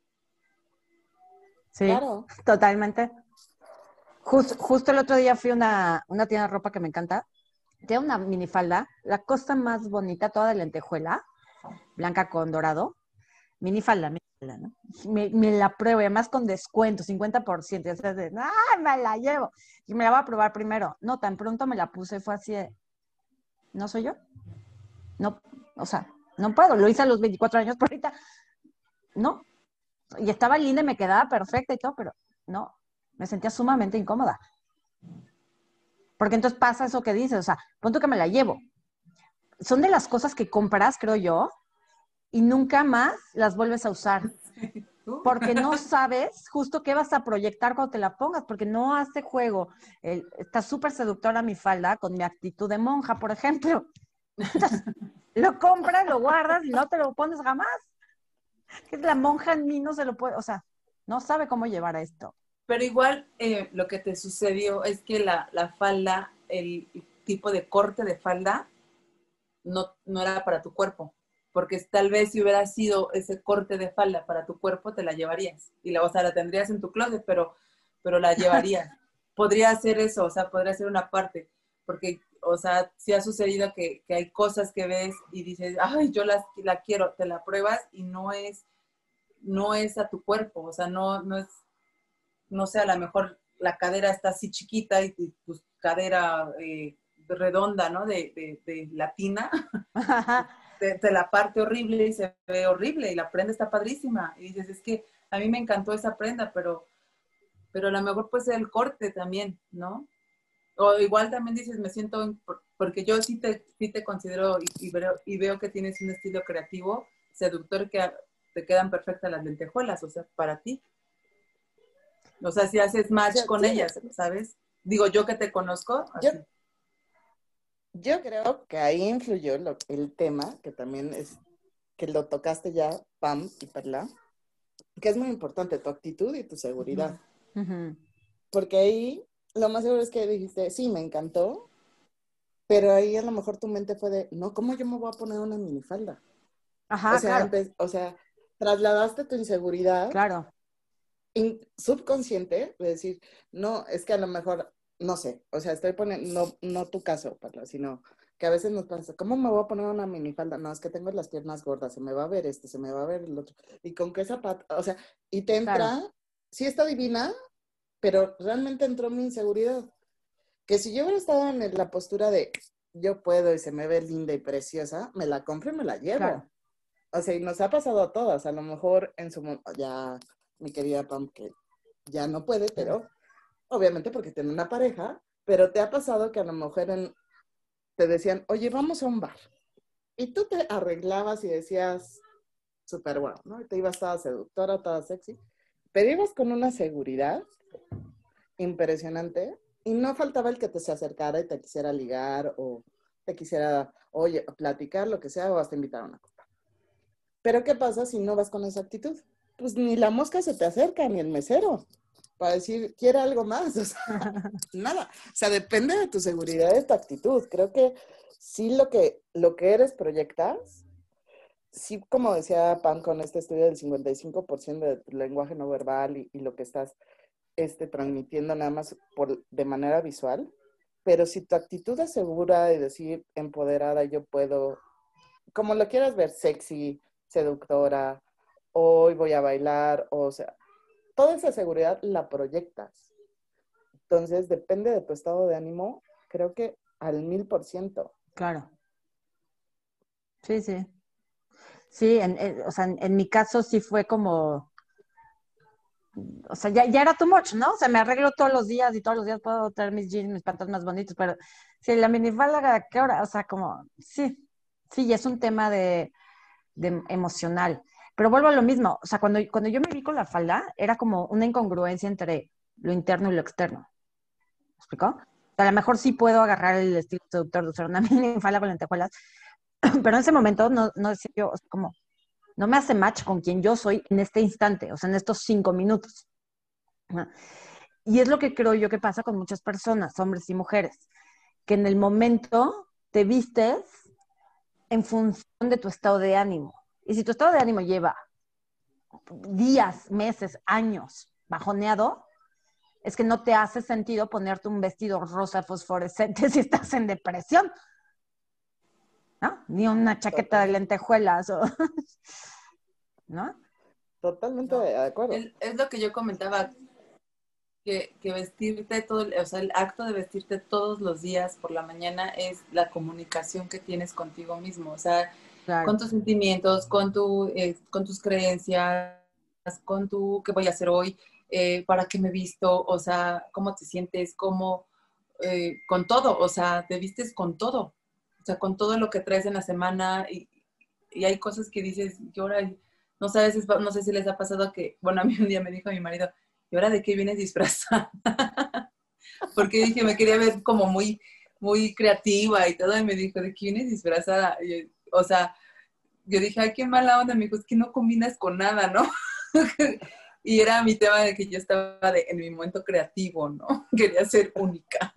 Sí, Claro. totalmente. Justo el otro día fui a una tienda de ropa que me encanta. Tiene una minifalda, la cosa más bonita, toda de lentejuela, blanca con dorado. Minifalda, ¿no? Me la pruebo, y además con descuento, 50%. Y sea, ¡ay, me la llevo! Y me la voy a probar primero. No, tan pronto me la puse, fue así de, ¿no soy yo? No, o sea, no puedo. Lo hice a los 24 años, pero ahorita, no. Y estaba linda y me quedaba perfecta y todo, pero no, me sentía sumamente incómoda. Porque entonces pasa eso que dices, o sea, punto que me la llevo. Son de las cosas que compras, creo yo, y nunca más las vuelves a usar. Porque no sabes justo qué vas a proyectar cuando te la pongas, porque no hace juego. Está súper seductora mi falda con mi actitud de monja, por ejemplo. Entonces, lo compras, lo guardas y no te lo pones jamás. Es la monja en mí, no se lo puede, o sea, no sabe cómo llevar a esto. Pero igual lo que te sucedió es que la falda, el tipo de corte de falda, no era para tu cuerpo. Porque tal vez si hubiera sido ese corte de falda para tu cuerpo, te la llevarías. O sea, la tendrías en tu closet, pero la llevarías. Podría ser eso, o sea, podría ser una parte. Porque, o sea, sí ha sucedido que hay cosas que ves y dices, ay, yo la quiero, te la pruebas y no es a tu cuerpo. O sea, no es, no sé, a lo mejor la cadera está así chiquita y tu cadera redonda, ¿no? De latina, te la parte horrible y se ve horrible y la prenda está padrísima. Y dices, es que a mí me encantó esa prenda, pero a lo mejor puede ser el corte también, ¿no? O igual también dices, me siento porque yo sí te considero y veo que tienes un estilo creativo, seductor, que te quedan perfectas las lentejuelas, o sea, para ti. O sea, si haces match Yo, con sí, ellas, ¿sabes? Digo, yo que te conozco, yo, así. yo creo que ahí influyó el tema, que también es, que lo tocaste ya, Pam y Perla, que es muy importante, tu actitud y tu seguridad. Ujú. Porque ahí lo más seguro es que dijiste, sí, me encantó, pero ahí a lo mejor tu mente fue de, no, ¿cómo yo me voy a poner una minifalda? O Ajá, sea, claro, o sea, trasladaste tu inseguridad claro, subconsciente de decir, no, es que a lo mejor, no sé, o sea, estoy poniendo, no, no tu caso, Paula, sino que a veces nos pasa, ¿cómo me voy a poner una minifalda? No, es que tengo las piernas gordas, se me va a ver este, se me va a ver el otro. Y con qué zapato, o sea, y te claro, entra, sí está divina, pero realmente entró mi inseguridad. Que si yo hubiera estado en la postura de yo puedo y se me ve linda y preciosa, me la compro y me la claro, llevo. O sea, y nos ha pasado a todas. A lo mejor en su momento, ya mi querida Pam, que ya no puede, pero obviamente porque tiene una pareja, pero te ha pasado que a lo mejor te decían, oye, vamos a un bar. Y tú te arreglabas y decías, súper bueno, ¿no? Y te ibas toda seductora, toda sexy, pero ibas con una seguridad impresionante y no faltaba el que te se acercara y te quisiera ligar o te quisiera, oye, platicar, lo que sea, o hasta invitar a una copa. Pero ¿qué pasa si no vas con esa actitud? Pues ni la mosca se te acerca, ni el mesero, para decir, quiere algo más, o sea, nada. O sea, depende de tu seguridad y de tu actitud. Creo que sí lo que eres proyectas, sí, como decía Pam con este estudio del 55% de tu lenguaje no verbal y lo que estás transmitiendo nada más de manera visual, pero si tu actitud es segura y decir empoderada, yo puedo, como lo quieras ver, sexy, seductora, hoy voy a bailar, o sea, toda esa seguridad la proyectas. Entonces, depende de tu estado de ánimo, creo que al 1000%. claro. Sí, sí. Sí, o sea, en mi caso sí fue como, o sea, ya era too much, ¿no? O sea, me arreglo todos los días y todos los días puedo traer mis jeans, mis pantalones más bonitos, pero sí, la minifalda, ¿a qué hora? O sea, como, sí, sí, y es un tema de emocional. Pero vuelvo a lo mismo, o sea, cuando yo me vi con la falda, era como una incongruencia entre lo interno y lo externo. ¿Me explicó? O sea, a lo mejor sí puedo agarrar el estilo seductor de usar una minifalda con lentejuelas, pero en ese momento no decía yo, o sea, como, no me hace match con quien yo soy en este instante, o sea, en estos 5 minutos. ¿No? Y es lo que creo yo que pasa con muchas personas, hombres y mujeres, que en el momento te vistes en función de tu estado de ánimo. Y si tu estado de ánimo lleva días, meses, años bajoneado, es que no te hace sentido ponerte un vestido rosa fosforescente si estás en depresión, ¿no? Ni una chaqueta de Total, lentejuelas, ¿no? totalmente No, de acuerdo. es lo que yo comentaba, que vestirte todo, o sea, el acto de vestirte todos los días por la mañana es la comunicación que tienes contigo mismo, o sea, con Claro, tus sentimientos, con tus creencias, con tu, ¿qué voy a hacer hoy? ¿Para qué me visto? O sea, ¿cómo te sientes? ¿Cómo? Con todo, o sea, te vistes con todo, o sea, con todo lo que traes en la semana y hay cosas que dices, y ahora, no sabes, no sé si les ha pasado que, bueno, a mí un día me dijo mi marido, ¿y ahora de qué vienes disfrazada? Porque dije, me quería ver como muy, muy creativa y todo, y me dijo, ¿de qué vienes disfrazada? O sea, yo dije, ay, qué mala onda, me dijo, es que no combinas con nada, ¿no? Y era mi tema de que yo estaba en mi momento creativo, ¿no? Quería ser única.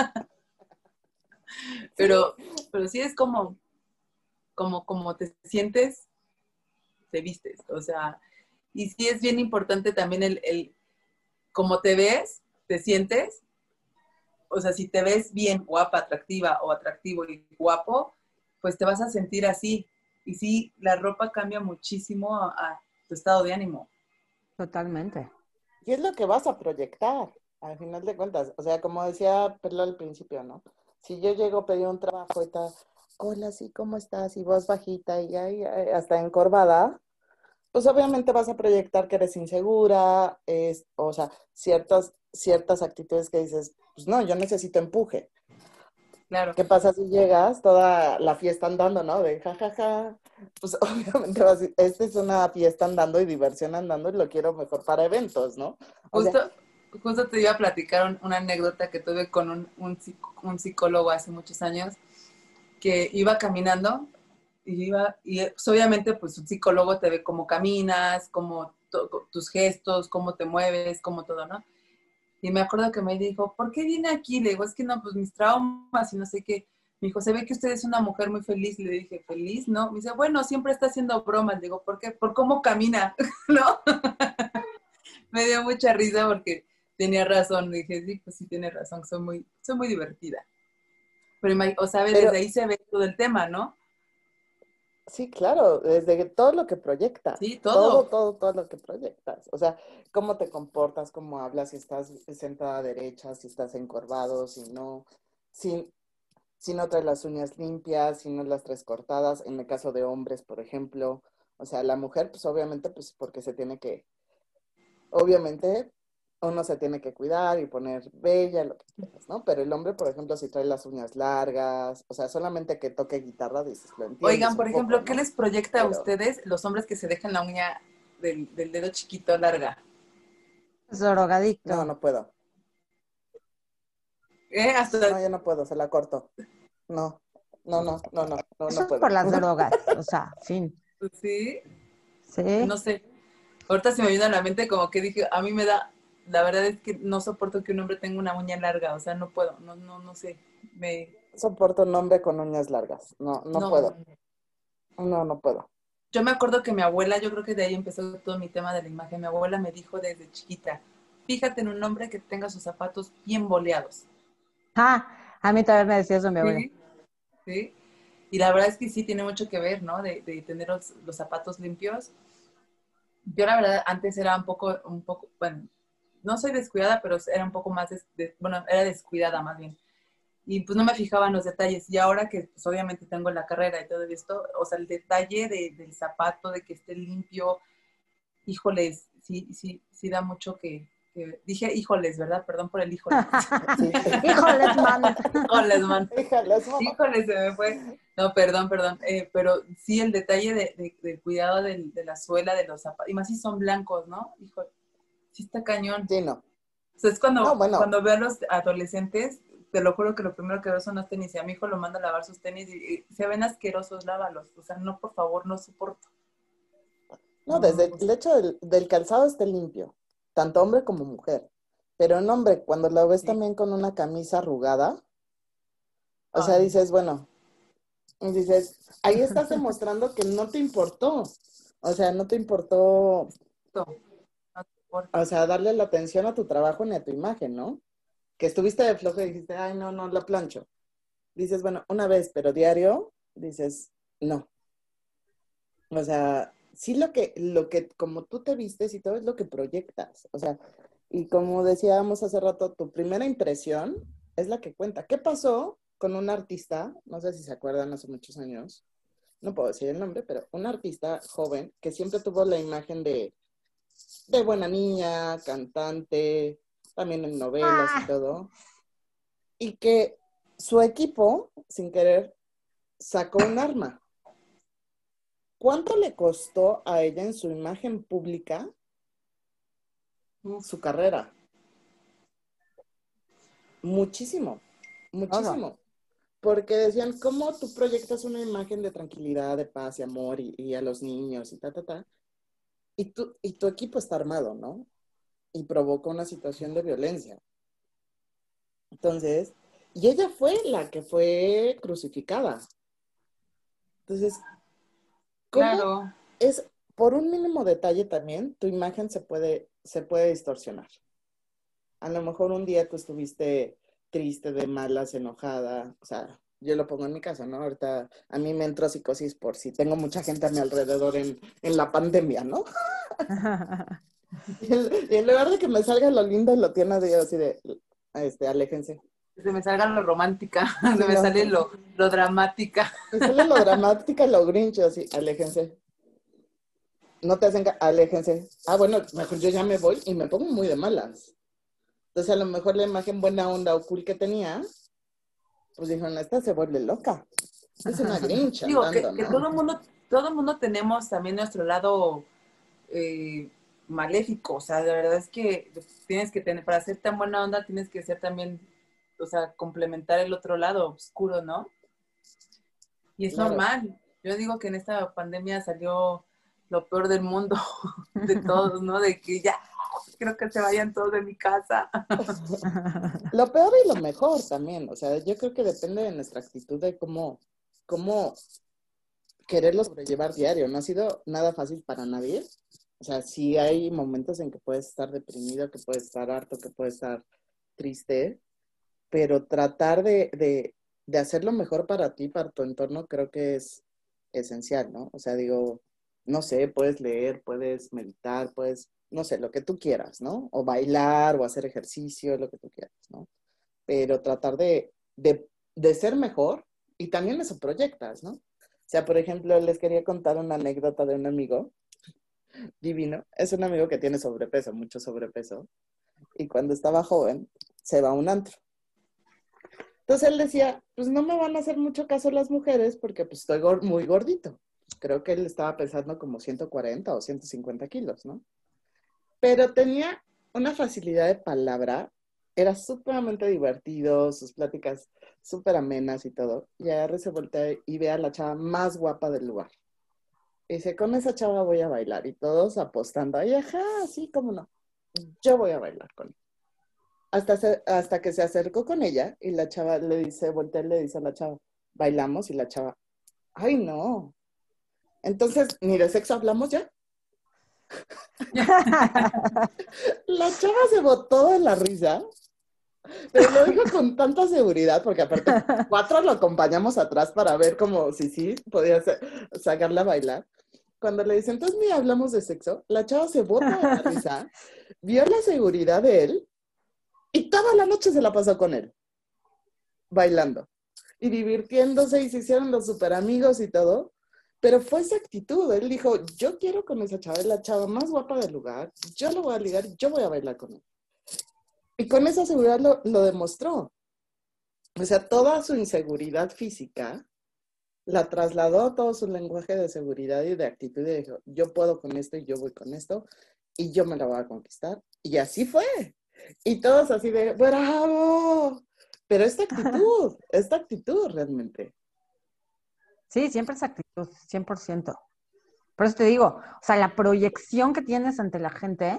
Sí, Pero, pero sí es como te sientes, te vistes. O sea, y sí es bien importante también el cómo te ves, te sientes. O sea, si te ves bien, guapa, atractiva o atractivo y guapo, pues te vas a sentir así. Y sí, la ropa cambia muchísimo a tu estado de ánimo. totalmente. y es lo que vas a proyectar, al final de cuentas. O sea, como decía Perla al principio, ¿no? Si yo llego a pedir un trabajo y tal, hola, sí, ¿cómo estás? Y voz bajita y hasta encorvada, pues obviamente vas a proyectar que eres insegura, o sea, ciertas actitudes que dices, pues no, yo necesito empuje. claro. ¿Qué pasa si llegas toda la fiesta andando, ¿no? De jajaja. Pues obviamente vas a decir, esta es una fiesta andando y diversión andando y lo quiero mejor para eventos, ¿no? O sea, Justo, justo te iba a platicar una anécdota que tuve con un psicólogo hace muchos años, que iba caminando y pues, obviamente pues un psicólogo te ve cómo caminas, cómo tus gestos, cómo te mueves, cómo todo, ¿no? Y me acuerdo que me dijo, ¿por qué viene aquí? Le digo, es que no, pues mis traumas y no sé qué. Me dijo, se ve que usted es una mujer muy feliz. Le dije, ¿feliz? ¿No? Me dice, bueno, siempre está haciendo bromas. Le digo, ¿por qué? Por cómo camina, ¿no? Me dio mucha risa porque tenía razón. Le dije, sí, pues sí tiene razón, soy muy divertida. Pero, o sabes, pero desde ahí se ve todo el tema, ¿no? sí, claro, desde todo lo que proyectas, Sí, todo. todo lo que proyectas. O sea, cómo te comportas, cómo hablas, si estás sentada derecha, si estás encorvado, si no, si, si no traes las uñas limpias, si no las traes cortadas, en el caso de hombres, por ejemplo. O sea, la mujer, pues obviamente, pues porque se tiene que, obviamente, uno se tiene que cuidar y poner bella, lo que quieras, ¿no? Pero el hombre, por ejemplo, si trae las uñas largas, o sea, solamente que toque guitarra, dices, lo entiendes Oigan, por un poco, ejemplo, ¿qué ¿no? les proyecta a Pero ustedes los hombres que se dejan la uña del dedo chiquito larga? Es no, drogadicto. no puedo. Hasta, No, yo no puedo, se la corto. No, no Eso es por puedo. las drogas, o sea, fin. sí, Sí. no sé. Ahorita se me vino a la mente como que dije, a mí me da, la verdad es que no soporto que un hombre tenga una uña larga, o sea, no puedo, no sé, Soporto un hombre con uñas largas. No, no no. puedo. No puedo. Yo me acuerdo que mi abuela, yo creo que de ahí empezó todo mi tema de la imagen, mi abuela me dijo desde chiquita, fíjate en un hombre que tenga sus zapatos bien boleados. Ah, a mí también me decía eso mi abuela. Sí, sí. Y la verdad es que sí tiene mucho que ver, ¿no? De tener los zapatos limpios. Yo la verdad antes era un poco, bueno, no soy descuidada, pero era un poco más, bueno, era descuidada más bien. Y pues no me fijaba en los detalles. Y ahora que pues obviamente tengo la carrera y todo esto, o sea, el detalle del zapato, de que esté limpio, híjoles, sí da mucho dije híjoles, ¿verdad? Perdón por el híjoles. Sí. Híjoles, man. Híjoles, man. Híjole, eso. Híjoles, se me fue. No, perdón, perdón. Pero sí el detalle del cuidado de la suela de los zapatos. Y más si son blancos, ¿no? Híjole, sí está cañón. Sí, no. O sea, es No, bueno, cuando veo a los adolescentes, te lo juro que lo primero que veo son los tenis. Y a mi hijo lo manda a lavar sus tenis y se ven asquerosos, lávalos. O sea, no, por favor, no soporto. no, No, desde el hecho del calzado esté limpio, tanto hombre como mujer. Pero un hombre, cuando lo ves sí. también con una camisa arrugada, o sea, Ay, dices, bueno, dices, ahí estás demostrando que no te importó. O sea, no te importó, no, no o soporto. sea, darle la atención a tu trabajo ni a tu imagen, ¿no? Que estuviste de flojo y dijiste, ay, no, la plancho. Dices, bueno, una vez, pero diario, dices, no. O sea, sí lo que, como tú te vistes y todo es lo que proyectas. O sea, y como decíamos hace rato, tu primera impresión es la que cuenta. ¿Qué pasó con un artista? No sé si se acuerdan hace muchos años. No puedo decir el nombre, pero un artista joven que siempre tuvo la imagen de buena niña, cantante, también en novelas y Ah, todo. Y que su equipo, sin querer, sacó un arma. ¿Cuánto le costó a ella en su imagen pública Uf, su carrera? Muchísimo, todo. muchísimo. Porque decían, ¿cómo tú proyectas una imagen de tranquilidad, de paz y amor y a los niños y ta? Y tu equipo está armado, ¿no? Y provoca una situación de violencia. Entonces, y ella fue la que fue crucificada. Entonces, ¿cómo claro. es, por un mínimo detalle también, tu imagen se puede distorsionar? A lo mejor un día tú estuviste triste, de malas, enojada, o sea, yo lo pongo en mi caso, ¿no? Ahorita a mí me entró psicosis por si tengo mucha gente a mi alrededor en la pandemia, ¿no? Y en lugar de que me salga lo lindo y lo tierno, digo así de, aléjense. Se me salga lo romántica, se Sí, me no, sale lo dramática. me sale lo dramática y lo grinch, así, aléjense. No te hacen, aléjense. Ah, bueno, mejor yo ya me voy y me pongo muy de malas. Entonces, a lo mejor la imagen buena onda o cool que tenía, pues dijeron, esta se vuelve loca. Es una Grinch Digo, andando, que ¿no? todo mundo tenemos también nuestro lado eh, maléfico. O sea, la verdad es que tienes que tener, para ser tan buena onda, tienes que ser también, o sea, complementar el otro lado oscuro, ¿no? Y es Claro. normal. Yo digo que en esta pandemia salió lo peor del mundo, de todos, ¿no? De que ya creo que se vayan todos de mi casa. Lo peor y lo mejor también, o sea, yo creo que depende de nuestra actitud de cómo quererlo sobrellevar diario. No ha sido nada fácil para nadie. O sea, sí hay momentos en que puedes estar deprimido, que puedes estar harto, que puedes estar triste, pero tratar de hacer lo mejor para ti, para tu entorno, creo que es esencial, ¿no? O sea, digo, no sé, puedes leer, puedes meditar, puedes, no sé, lo que tú quieras, ¿no? O bailar o hacer ejercicio, lo que tú quieras, ¿no? Pero tratar de ser mejor y también eso proyectas, ¿no? O sea, por ejemplo, les quería contar una anécdota de un amigo divino. Es un amigo que tiene sobrepeso, mucho sobrepeso, y cuando estaba joven se va a un antro. Entonces él decía, pues no me van a hacer mucho caso las mujeres porque pues estoy muy gordito. Creo que él estaba pesando como 140 o 150 kilos, ¿no? Pero tenía una facilidad de palabra, era súperamente divertido, sus pláticas súper amenas y todo. Y agarra, se voltea y ve a la chava más guapa del lugar. Y dice, con esa chava voy a bailar. Y todos apostando, ay, ajá, sí, cómo no. Yo voy a bailar con ella. Hasta que se acercó con ella y la chava le dice, voltea y le dice a la chava, bailamos y la chava, ay, no. Entonces, ni de sexo hablamos ya. La chava se botó de la risa, pero lo dijo con tanta seguridad, porque aparte 4 lo acompañamos atrás para ver como si sí podía sacarla a bailar. Cuando le dicen, entonces ni hablamos de sexo, la chava se bota de la risa, vio la seguridad de él y toda la noche se la pasó con él, bailando y divirtiéndose y se hicieron los super amigos y todo. Pero fue esa actitud, él dijo, yo quiero con esa chava, es la chava más guapa del lugar, yo lo voy a ligar, yo voy a bailar con él. Y con esa seguridad lo demostró. O sea, toda su inseguridad física la trasladó a todo su lenguaje de seguridad y de actitud y dijo, yo puedo con esto y yo voy con esto y yo me la voy a conquistar. Y así fue. Y todos así de, ¡bravo! Pero esta actitud realmente. Sí, siempre es actitud, 100%. Por eso te digo, o sea, la proyección que tienes ante la gente,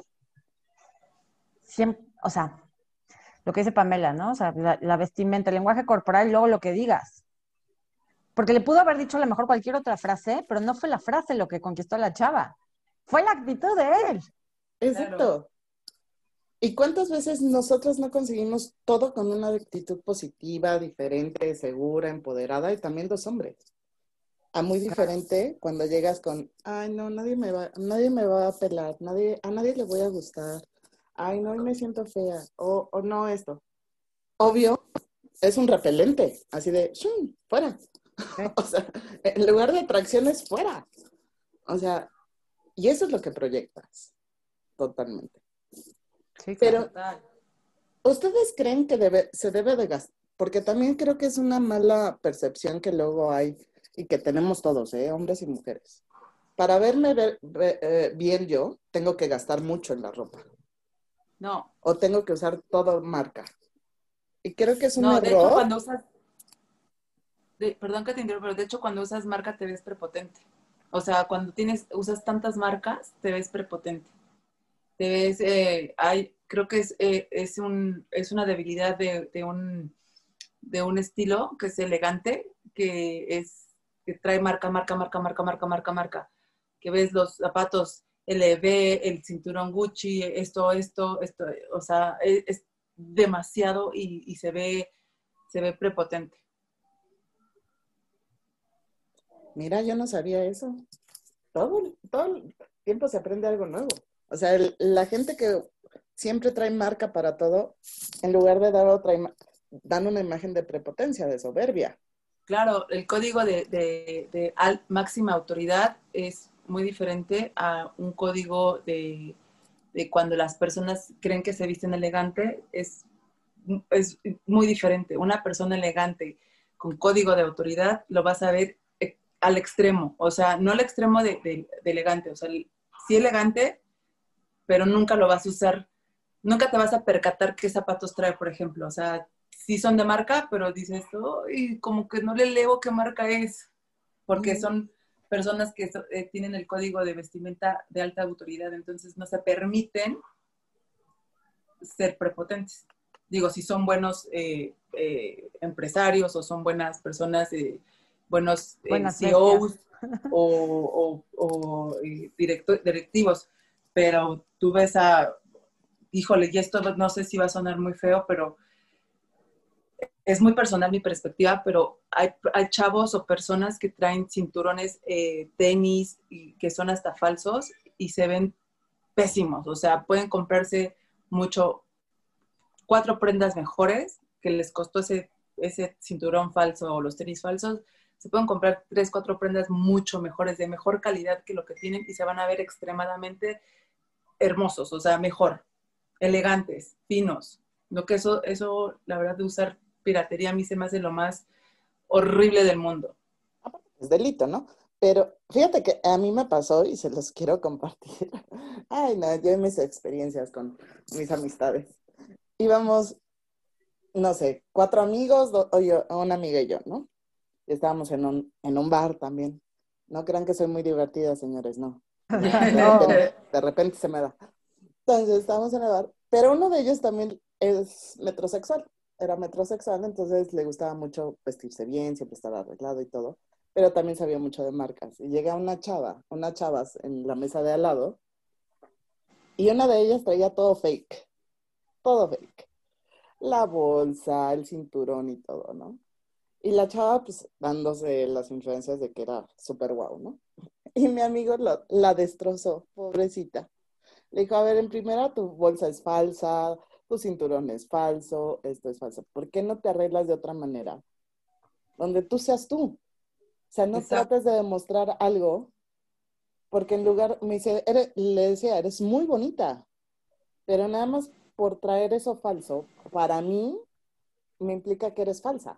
siempre, o sea, lo que dice Pamela, ¿no? O sea, la vestimenta, el lenguaje corporal y luego lo que digas. Porque le pudo haber dicho a lo mejor cualquier otra frase, pero no fue la frase lo que conquistó a la chava. Fue la actitud de él. Claro. Exacto. ¿Y cuántas veces nosotros no conseguimos todo con una actitud positiva, diferente, segura, empoderada? Y también los hombres. A muy diferente cuando llegas con, ay, no, nadie me va a pelar, a nadie le voy a gustar. Ay, no, hoy me siento fea. O no esto. Obvio, es un repelente, así de, ¡shum! Fuera. Sí, O sea, en lugar de atracción es fuera. O sea, y eso es lo que proyectas, totalmente. sí, claro. Pero, Total. ¿ustedes creen que se debe de gastar? Porque también creo que es una mala percepción que luego hay y que tenemos todos, hombres y mujeres. Para verme bien yo, tengo que gastar mucho en la ropa. No, O tengo que usar todo marca. Y creo que es un no, de hecho error. cuando usas, perdón que te interrumpa, pero de hecho cuando usas marca te ves prepotente. O sea, cuando usas tantas marcas, te ves prepotente. Te ves, creo que es una debilidad de un estilo que es elegante, que trae marca, marca, marca, marca, marca, marca, marca. Que ves los zapatos LV, el cinturón Gucci, esto, o sea, es demasiado y se ve prepotente. Mira, yo no sabía eso. Todo el tiempo se aprende algo nuevo. O sea, la gente que siempre trae marca para todo, en lugar de dar dan una imagen de prepotencia, de soberbia. Claro, el código de máxima autoridad es muy diferente a un código de cuando las personas creen que se visten elegante, es es muy diferente. Una persona elegante con código de autoridad lo vas a ver al extremo, o sea, no al extremo de elegante, o sea, sí elegante, pero nunca lo vas a usar, nunca te vas a percatar qué zapatos trae, por ejemplo, o sea, sí son de marca, pero dices, y como que no le leo qué marca es, porque son personas que tienen el código de vestimenta de alta autoridad, entonces no se permiten ser prepotentes. Digo, si son buenos empresarios o son buenas personas, buenos Buenas CEOs bestias. o directivos, pero tú ves híjole, y esto no sé si va a sonar muy feo, pero es muy personal mi perspectiva, pero hay chavos o personas que traen cinturones, tenis, y que son hasta falsos y se ven pésimos, o sea, pueden comprarse mucho 4 prendas mejores que les costó ese cinturón falso o los tenis falsos, se pueden comprar 3, 4 prendas mucho mejores, de mejor calidad que lo que tienen y se van a ver extremadamente hermosos, o sea, mejor, elegantes, finos. Lo que eso, la verdad, de usar piratería a mí se me hace lo más horrible del mundo. Es delito, ¿no? Pero fíjate que a mí me pasó y se los quiero compartir. Ay, no, yo mis experiencias con mis amistades. Íbamos, no sé, 4 amigos, una amiga y yo, ¿no? Y estábamos en un bar también. No crean que soy muy divertida, señores, no. No. De repente se me da. Entonces estábamos en el bar, pero uno de ellos también es metrosexual. Era metrosexual, entonces le gustaba mucho vestirse bien, siempre estaba arreglado y todo, pero también sabía mucho de marcas. Y llega unas chavas en la mesa de al lado, y una de ellas traía todo fake, todo fake. La bolsa, el cinturón y todo, ¿no? Y la chava, pues, dándose las influencias de que era súper guau, ¿no? Y mi amigo la destrozó, pobrecita. Le dijo, a ver, en primera tu bolsa es falsa, tu cinturón es falso, esto es falso. ¿Por qué no te arreglas de otra manera? Donde tú seas tú. O sea, no Exacto. trates de demostrar algo, porque en lugar, le decía, eres muy bonita, pero nada más por traer eso falso, para mí, me implica que eres falsa,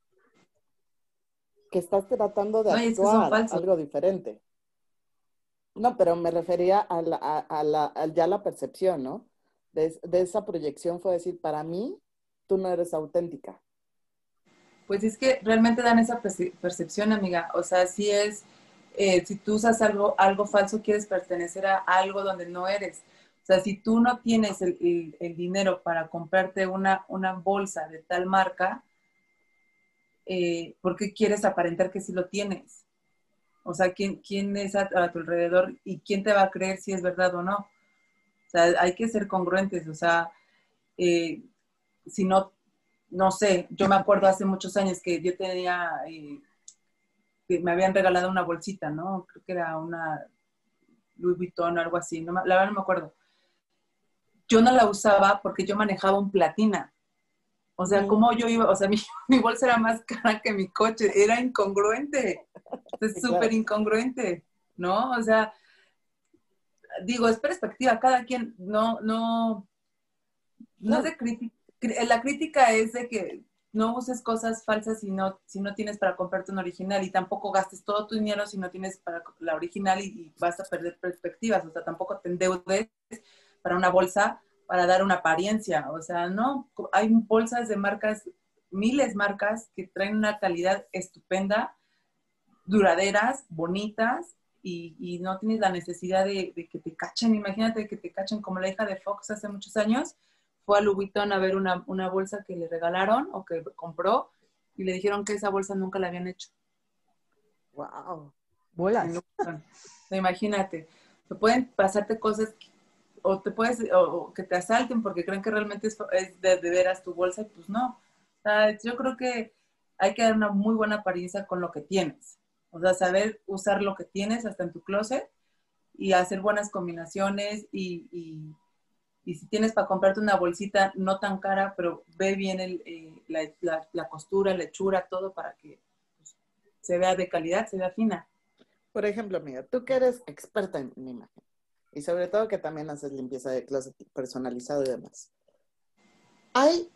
que estás tratando de No, y es que son actuar falsos. algo diferente. No, pero me refería a ya la percepción, ¿no? De esa proyección fue decir, para mí, tú no eres auténtica. Pues es que realmente dan esa percepción, amiga. O sea, si es, si tú usas algo falso, quieres pertenecer a algo donde no eres. O sea, si tú no tienes el dinero para comprarte una bolsa de tal marca, ¿por qué quieres aparentar que sí lo tienes? O sea, ¿quién es a tu alrededor y quién te va a creer si es verdad o no? O sea, hay que ser congruentes. O sea, eh, si no, no sé, yo me acuerdo hace muchos años que yo tenía, que me habían regalado una bolsita, ¿no? Creo que era una Louis Vuitton o algo así, no, la verdad no me acuerdo. Yo no la usaba porque yo manejaba un Platina. O sea, ¿cómo yo iba? O sea, mi bolsa era más cara que mi coche, era incongruente. Es súper Claro. incongruente, ¿no? O sea, digo, es perspectiva, cada quien, no No, se la crítica es de que no uses cosas falsas si no tienes para comprarte una original y tampoco gastes todo tu dinero si no tienes para la original y vas a perder perspectivas, o sea, tampoco te endeudes para una bolsa para dar una apariencia, o sea, no, hay bolsas de marcas, miles marcas que traen una calidad estupenda, duraderas, bonitas y no tienes la necesidad de que te cachen. Imagínate que te cachen como la hija de Fox hace muchos años. Fue a Louis Vuitton a ver una bolsa que le regalaron o que compró y le dijeron que esa bolsa nunca la habían hecho. wow. En Bolas. Louis Vuitton. Imagínate, te pueden pasarte cosas o te puedes o que te asalten porque creen que realmente es de veras tu bolsa y pues no. O sea, yo creo que hay que dar una muy buena apariencia con lo que tienes. O sea, saber usar lo que tienes hasta en tu closet y hacer buenas combinaciones y si tienes para comprarte una bolsita no tan cara, pero ve bien la costura, la hechura, todo para que pues, se vea de calidad, se vea fina. Por ejemplo, amiga, tú que eres experta en imagen y sobre todo que también haces limpieza de closet personalizado y demás. Hay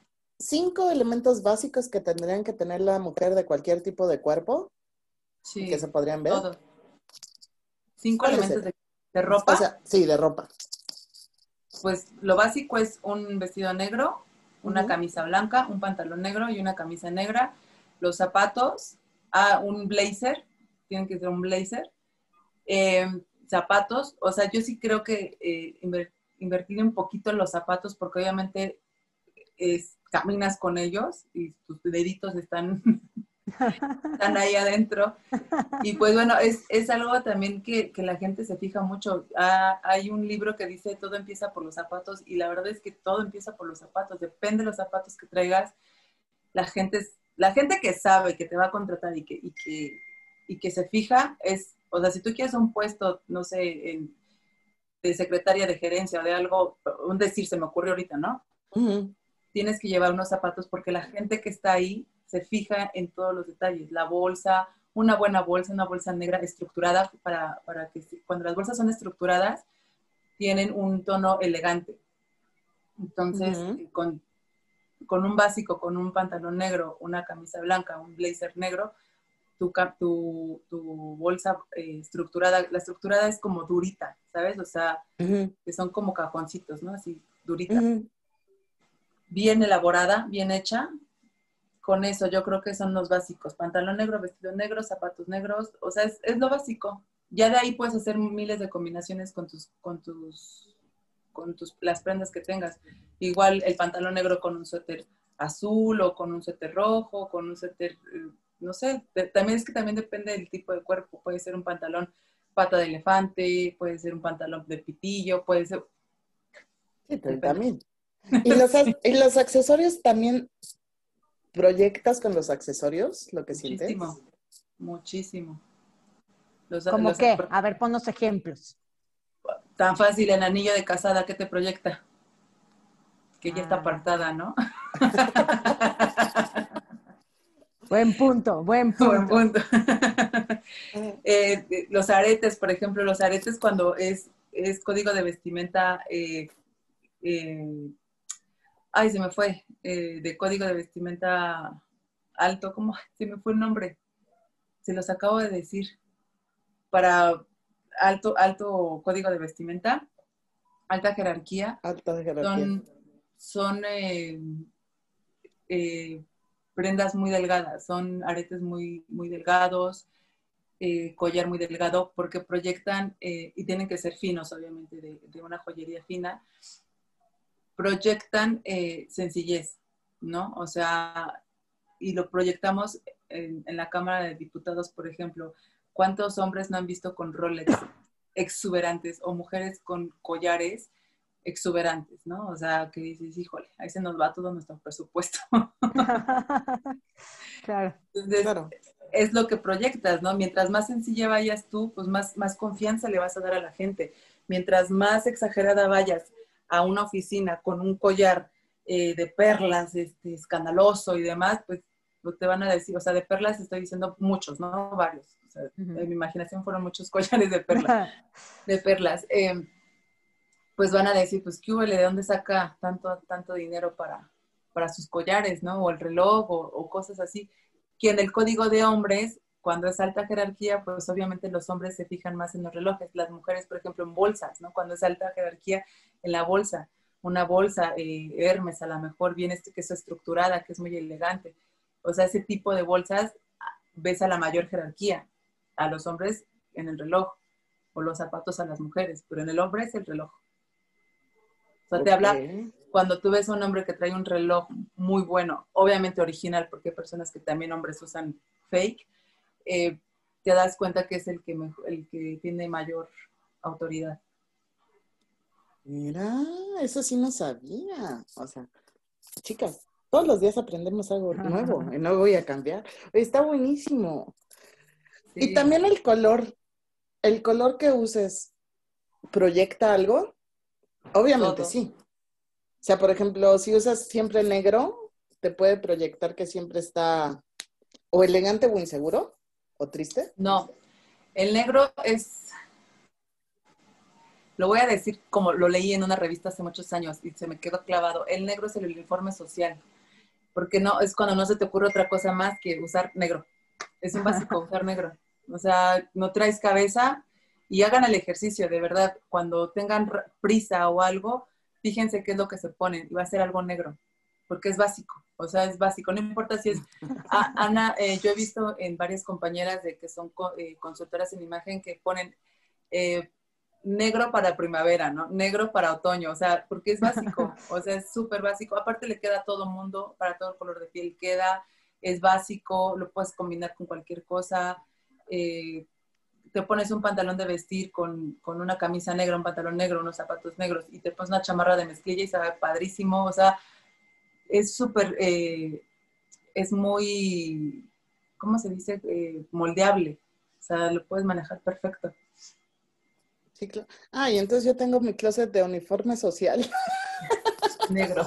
5 elementos básicos que tendrían que tener la mujer de cualquier tipo de cuerpo Sí, que se podrían ver. todo. 5 ¿Cuáles elementos eran? de ropa. O sea, sí, de ropa. Pues lo básico es un vestido negro, una Ujú. camisa blanca, un pantalón negro y una camisa negra. Los zapatos, un blazer, tienen que ser un blazer. Eh, Zapatos, o sea, yo sí creo que invertir un poquito en los zapatos, porque obviamente caminas con ellos y tus deditos están ahí adentro. Y pues bueno, es algo también que la gente se fija mucho. Hay un libro que dice todo empieza por los zapatos y la verdad es que todo empieza por los zapatos. Depende de los zapatos que traigas. La gente que sabe que te va a contratar y que se fija es, o sea, si tú quieres un puesto, no sé, de secretaria de gerencia o de algo, un decir se me ocurre ahorita, ¿no? Ujú. Tienes que llevar unos zapatos porque la gente que está ahí se fija en todos los detalles. La bolsa, una buena bolsa, una bolsa negra estructurada para que cuando las bolsas son estructuradas tienen un tono elegante. Entonces, Ujú. con un básico, con un pantalón negro, una camisa blanca, un blazer negro, tu bolsa estructurada, la estructurada es como durita, ¿sabes? O sea, Ujú. que son como cajoncitos, ¿no? Así, durita. Ujú. Bien elaborada, bien hecha. Con eso yo creo que son los básicos. Pantalón negro, vestido negro, zapatos negros. O sea, es lo básico. Ya de ahí puedes hacer miles de combinaciones las prendas que tengas. Igual el pantalón negro con un suéter azul o con un suéter rojo, con un suéter, no sé, también es que también depende del tipo de cuerpo. Puede ser un pantalón pata de elefante, puede ser un pantalón de pitillo, puede ser, Sí, depende. 30,000. ¿Y los, Sí, y los accesorios también proyectas con los accesorios lo que muchísimo, sientes? muchísimo. ¿Cómo qué? A ver, ponnos ejemplos. Tan fácil el anillo de casada que te proyecta, que ya está Ah, apartada, ¿no? buen punto, buen Buen punto. punto. Los aretes, por ejemplo, los aretes cuando es código de vestimenta, eh, ay, se me fue, de código de vestimenta alto, ¿cómo? Se me fue el nombre, se los acabo de decir, para alto código de vestimenta, alta jerarquía, Alta jerarquía. son, son eh, prendas muy delgadas, son aretes muy, muy delgados, collar muy delgado, porque proyectan, y tienen que ser finos, obviamente, de una joyería fina, proyectan sencillez, ¿no? O sea, y lo proyectamos en la Cámara de Diputados, por ejemplo. ¿Cuántos hombres no han visto con Rolex exuberantes o mujeres con collares exuberantes, ¿no? O sea, que dices, híjole, ahí se nos va todo nuestro presupuesto. Claro. Entonces, Claro. es lo que proyectas, ¿no? Mientras más sencilla vayas tú, pues más confianza le vas a dar a la gente. Mientras más exagerada vayas a una oficina con un collar de perlas, escandaloso y demás, pues te van a decir, o sea, de perlas estoy diciendo muchos, ¿no? Varios. O sea, Ujú. en mi imaginación fueron muchos collares de perlas. Pues van a decir, pues, ¿qué hubo? ¿De dónde saca tanto dinero para sus collares, ¿no? O el reloj o cosas así. Que en el código de hombres, cuando es alta jerarquía, pues obviamente los hombres se fijan más en los relojes. Las mujeres, por ejemplo, en bolsas, ¿no? Cuando es alta jerarquía, en la bolsa. Una bolsa, Hermes, a lo mejor viene que es estructurada, que es muy elegante. O sea, ese tipo de bolsas ves a la mayor jerarquía. A los hombres en el reloj o los zapatos a las mujeres, pero en el hombre es el reloj. O sea, te Ok. habla cuando tú ves a un hombre que trae un reloj muy bueno, obviamente original, porque hay personas que también hombres usan fake, eh, te das cuenta que es el que tiene mayor autoridad. Mira, eso sí no sabía. O sea, chicas, todos los días aprendemos algo nuevo y no voy a cambiar. Oye, está buenísimo. Y Sí, también el color que uses, ¿proyecta algo? Obviamente todo. sí. O sea, por ejemplo, si usas siempre negro, te puede proyectar que siempre está o elegante o inseguro o triste. No, el negro lo voy a decir como lo leí en una revista hace muchos años y se me quedó clavado, el negro es el uniforme social. porque no, es cuando no se te ocurre otra cosa más que usar negro. Es un básico usar negro. O sea, no traes cabeza y hagan el ejercicio, de verdad. Cuando tengan prisa o algo, fíjense qué es lo que se ponen y va a ser algo negro, porque es básico. O sea, es básico. No importa si es... Ana, yo he visto en varias compañeras de que son consultoras en imagen que ponen negro para primavera, ¿no? Negro para otoño, o sea, porque es básico, o sea, es súper básico. Aparte le queda a todo mundo, para todo el color de piel queda, es básico, lo puedes combinar con cualquier cosa. Te pones un pantalón de vestir con una camisa negra, un pantalón negro, unos zapatos negros y te pones una chamarra de mezclilla y se ve padrísimo, o sea, es súper, es muy, ¿cómo se dice? Moldeable, o sea, lo puedes manejar perfecto. Sí, claro. Ah, y entonces yo tengo mi closet de uniforme social. Negro.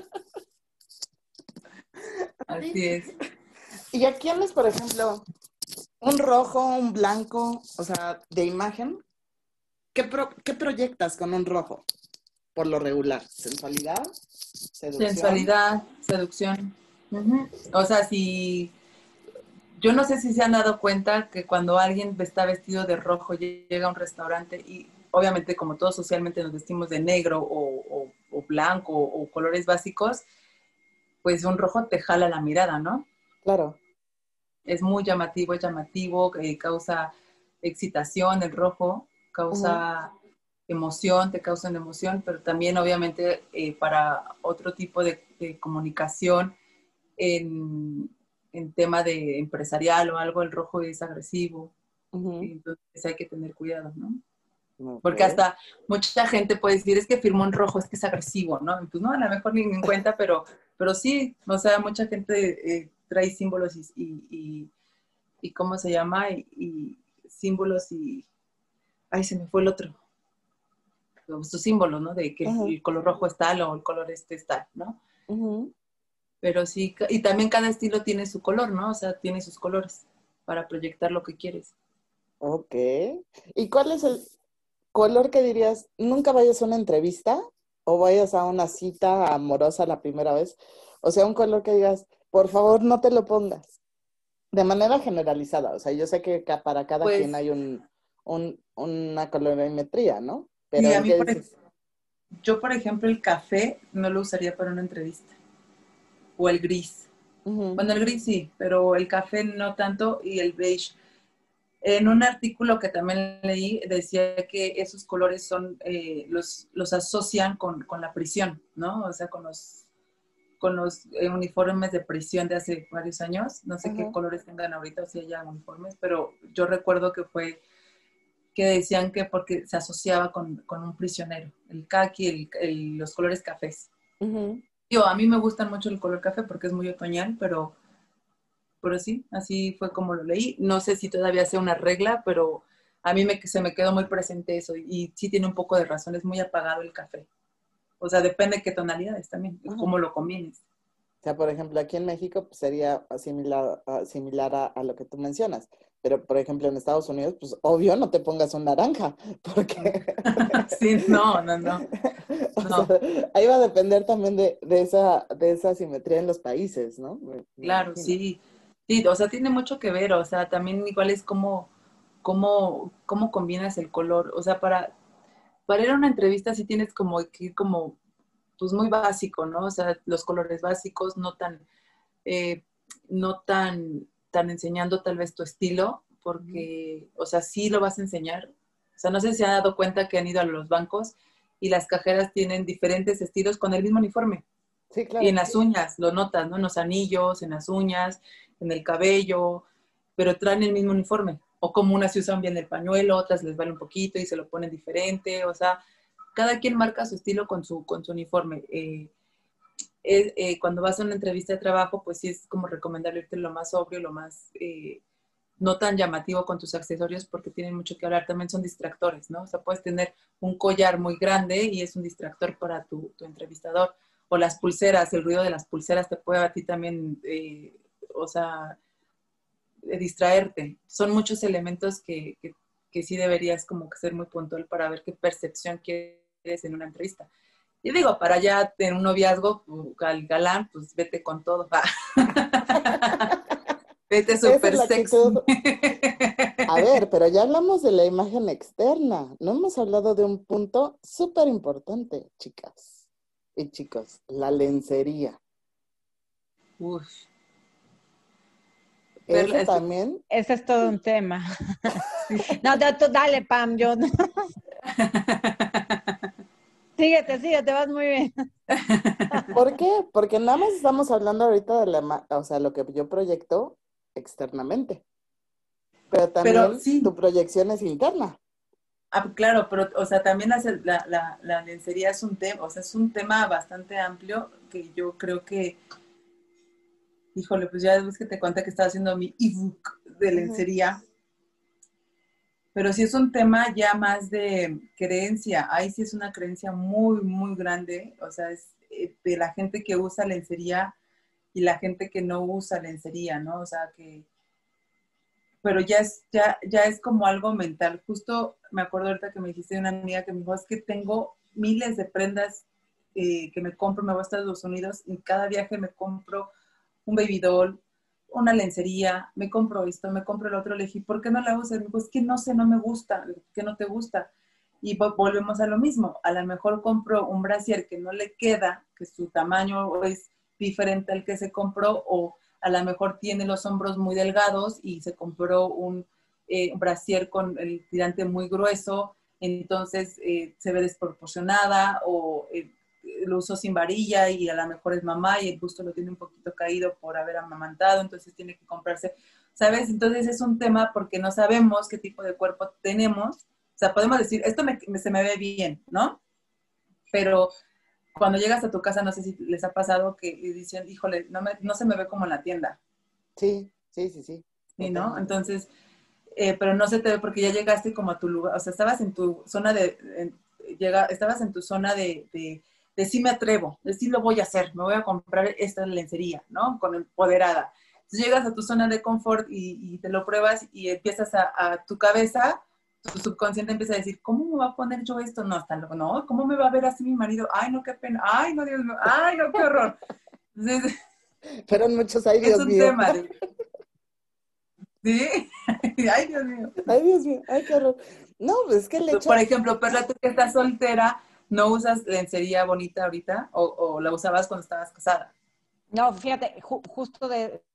Así es. ¿Y a quiénes, por ejemplo, un rojo, un blanco, o sea, de imagen? ¿Qué proyectas con un rojo? Por lo regular, sensualidad, seducción. Sensualidad, seducción. Uh-huh. O sea, si yo no sé si se han dado cuenta que cuando alguien está vestido de rojo llega a un restaurante y obviamente como todos socialmente nos vestimos de negro o blanco o colores básicos, pues un rojo te jala la mirada, ¿no? Claro. Es muy llamativo, causa excitación, el rojo causa emoción, te causa una emoción, pero también obviamente para otro tipo de comunicación en tema de empresarial o algo, el rojo es agresivo, entonces hay que tener cuidado, ¿no? Okay. Porque hasta mucha gente puede decir, es que firmó en rojo, es que es agresivo, ¿no? Pues no, a lo mejor ni en cuenta, pero sí, o sea, mucha gente trae símbolos y ¿cómo se llama? Y símbolos y, ay, se me fue el otro, sus símbolos, ¿no? De que el color rojo es tal o el color este es tal, ¿no? Pero sí, y también cada estilo tiene su color, ¿no? O sea, tiene sus colores para proyectar lo que quieres. Ok. ¿Y cuál es el color que dirías, nunca vayas a una entrevista o vayas a una cita amorosa la primera vez? O sea, un color que digas, por favor, no te lo pongas. De manera generalizada. O sea, yo sé que para cada Pues, quien hay una colorimetría, ¿no? Pero sí, a ¿en mí, qué dices? yo, por ejemplo, el café no lo usaría para una entrevista. O el gris. Bueno, el gris sí, pero el café no tanto y el beige. En un artículo que también leí decía que esos colores son, los asocian con la prisión, ¿no? O sea, con los uniformes de prisión de hace varios años. No sé qué colores tengan ahorita o si haya uniformes, pero yo recuerdo que fue que decían que porque se asociaba con un prisionero, el caqui, los colores cafés. Yo, a mí me gustan mucho el color café porque es muy otoñal, pero sí, así fue como lo leí. No sé si todavía sea una regla, pero a mí se me quedó muy presente eso y sí tiene un poco de razón, es muy apagado el café. O sea, depende de qué tonalidades también, cómo lo combines. O sea, por ejemplo, aquí en México pues, sería similar a lo que tú mencionas. Pero, por ejemplo, en Estados Unidos, pues obvio no te pongas un naranja, porque... Sí, no. O sea, ahí va a depender también de esa simetría en los países, ¿no? Me Claro, imagino. sí. Sí, o sea, tiene mucho que ver, o sea, también igual es cómo combinas el color. O sea, para ir a una entrevista sí tienes como que ir como, pues muy básico, ¿no? O sea, los colores básicos, eh, no tan enseñando tal vez tu estilo, porque, o sea, sí lo vas a enseñar. O sea, no sé si se han dado cuenta que han ido a los bancos y las cajeras tienen diferentes estilos con el mismo uniforme. Sí, Y en claro. las uñas, lo notas, ¿no? En los anillos, en las uñas, en el cabello, pero traen el mismo uniforme. O como unas se usan bien el pañuelo, otras les vale un poquito y se lo ponen diferente. O sea, cada quien marca su estilo con su uniforme. Cuando vas a una entrevista de trabajo, pues sí es como recomendable irte lo más sobrio, lo más no tan llamativo con tus accesorios porque tienen mucho que hablar. También son distractores, ¿no? O sea, puedes tener un collar muy grande y es un distractor para tu entrevistador. O las pulseras, el ruido de las pulseras te puede a ti también, o sea, distraerte. Son muchos elementos que sí deberías como que ser muy puntual para ver qué percepción quieres en una entrevista. Y digo, para ya tener un noviazgo, al galán, pues vete con todo, va. Vete Esa es súper la sexy. actitud. A ver, pero ya hablamos de la imagen externa. No hemos hablado de un punto súper importante, chicas y chicos, la lencería. Uf. Eso Perla, también. Ese es todo un tema. sí. No, tú dale, Pam, yo no. Síguete, vas muy bien. ¿Por qué? Porque nada más estamos hablando ahorita de o sea, lo que yo proyecto externamente, pero Pero también sí, tu proyección es interna. claro, pero, o sea, también la lencería es un tema, o sea, es un tema bastante amplio que yo creo que, híjole, pues ya ves que te conté que estaba haciendo mi ebook de Ujú. lencería, pero sí es un tema ya más de creencia, ahí sí es una creencia muy, muy grande, o sea, es de la gente que usa lencería y la gente que no usa lencería, ¿no? O sea, pero ya es como algo mental. Justo me acuerdo ahorita que me dijiste de una amiga que me dijo, es que tengo miles de prendas que me compro, me voy a Estados Unidos y cada viaje me compro un baby doll, una lencería, me compro esto, me compro el otro. Le dije, ¿por qué no la usas? Me dijo, es que no sé, no me gusta. Le dije, ¿qué no te gusta? Y volvemos a lo mismo. A lo mejor compro un brasier que no le queda, que su tamaño es diferente al que se compró, o a lo mejor tiene los hombros muy delgados y se compró un brasier con el tirante muy grueso, entonces se ve desproporcionada, o lo usó sin varilla y a lo mejor es mamá y el busto lo tiene un poquito caído por haber amamantado, entonces tiene que comprarse, ¿sabes? Entonces es un tema porque no sabemos qué tipo de cuerpo tenemos, o sea, podemos decir, esto se me ve bien, ¿no? Pero cuando llegas a tu casa, no sé si les ha pasado que dicen, híjole, no se me ve como en la tienda, Sí, sí, sí, sí, ¿sí, no? totalmente. Entonces, pero no se te ve porque ya llegaste como a tu lugar, o sea, estabas en tu zona estabas en tu zona de sí me atrevo, de sí lo voy a hacer, me voy a comprar esta lencería, ¿no? Con empoderada. Entonces llegas a tu zona de confort y te lo pruebas y empiezas a tu cabeza, tu subconsciente empieza a decir, ¿cómo me va a poner yo esto? No, hasta luego, no, ¿cómo me va a ver así mi marido? Ay, no, qué pena, ay, no, Dios mío, ay, no, qué horror. Entonces, Fueron muchos, ay, es Dios un mío. tema ¿sí? Ay, Dios mío. Ay, Dios mío, ay, qué horror. No, pues es que el Por hecho, ejemplo, Perla, tú que estás soltera, ¿no usas lencería bonita ahorita o la usabas cuando estabas casada? No, fíjate, justo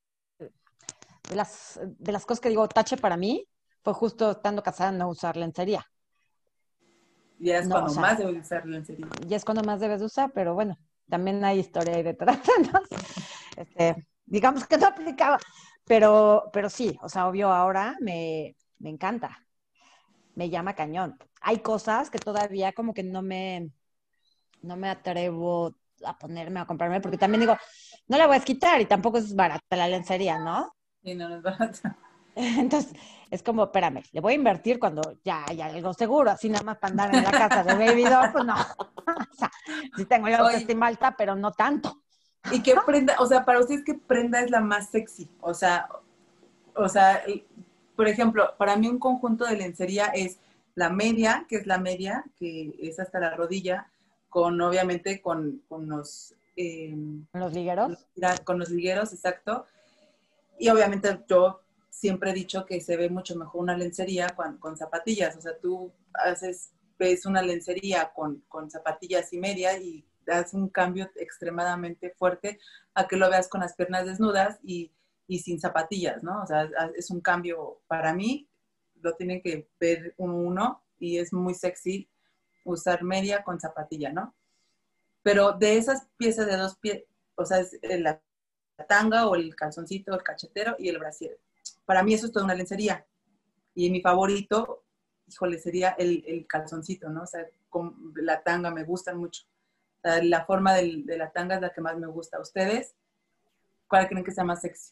de las cosas que digo, tache para mí, fue justo estando casada no usar lencería. Ya es No, o cuando sea, más debes usar lencería. ya es cuando más debes de usar, pero bueno, también hay historia ahí detrás. Entonces, digamos que no aplicaba, pero sí, o sea, obvio, ahora me encanta, me llama cañón. Hay cosas que todavía como que no me atrevo a ponerme, a comprarme, porque también digo, no la voy a quitar y tampoco es barata la lencería, ¿no? Sí, no, no es barata. Entonces, es como, espérame, le voy a invertir cuando ya hay algo seguro, así nada más para andar en la casa de Baby Doll, pues no. O sea, sí tengo la Oye, autoestima alta, pero no tanto. ¿y qué prenda? O sea, para ustedes, ¿qué prenda es la más sexy? O sea, por ejemplo, para mí un conjunto de lencería es la media, que es la media, que es hasta la rodilla, obviamente con Los ligueros. con los ligueros, exacto. Y obviamente yo siempre he dicho que se ve mucho mejor una lencería con zapatillas. O sea, ves una lencería con zapatillas y media y das un cambio extremadamente fuerte a que lo veas con las piernas desnudas y sin zapatillas, ¿no? O sea, es un cambio para mí, lo tienen que ver uno y es muy sexy usar media con zapatilla, ¿no? Pero de esas piezas de dos pies, o sea, es la tanga o el calzoncito, el cachetero y el brasier. Para mí eso es toda una lencería. Y mi favorito, híjole, sería el calzoncito, ¿no? O sea, con la tanga me gustan mucho. O sea, la forma de la tanga es la que más me gusta. ¿Ustedes cuál creen que sea más sexy?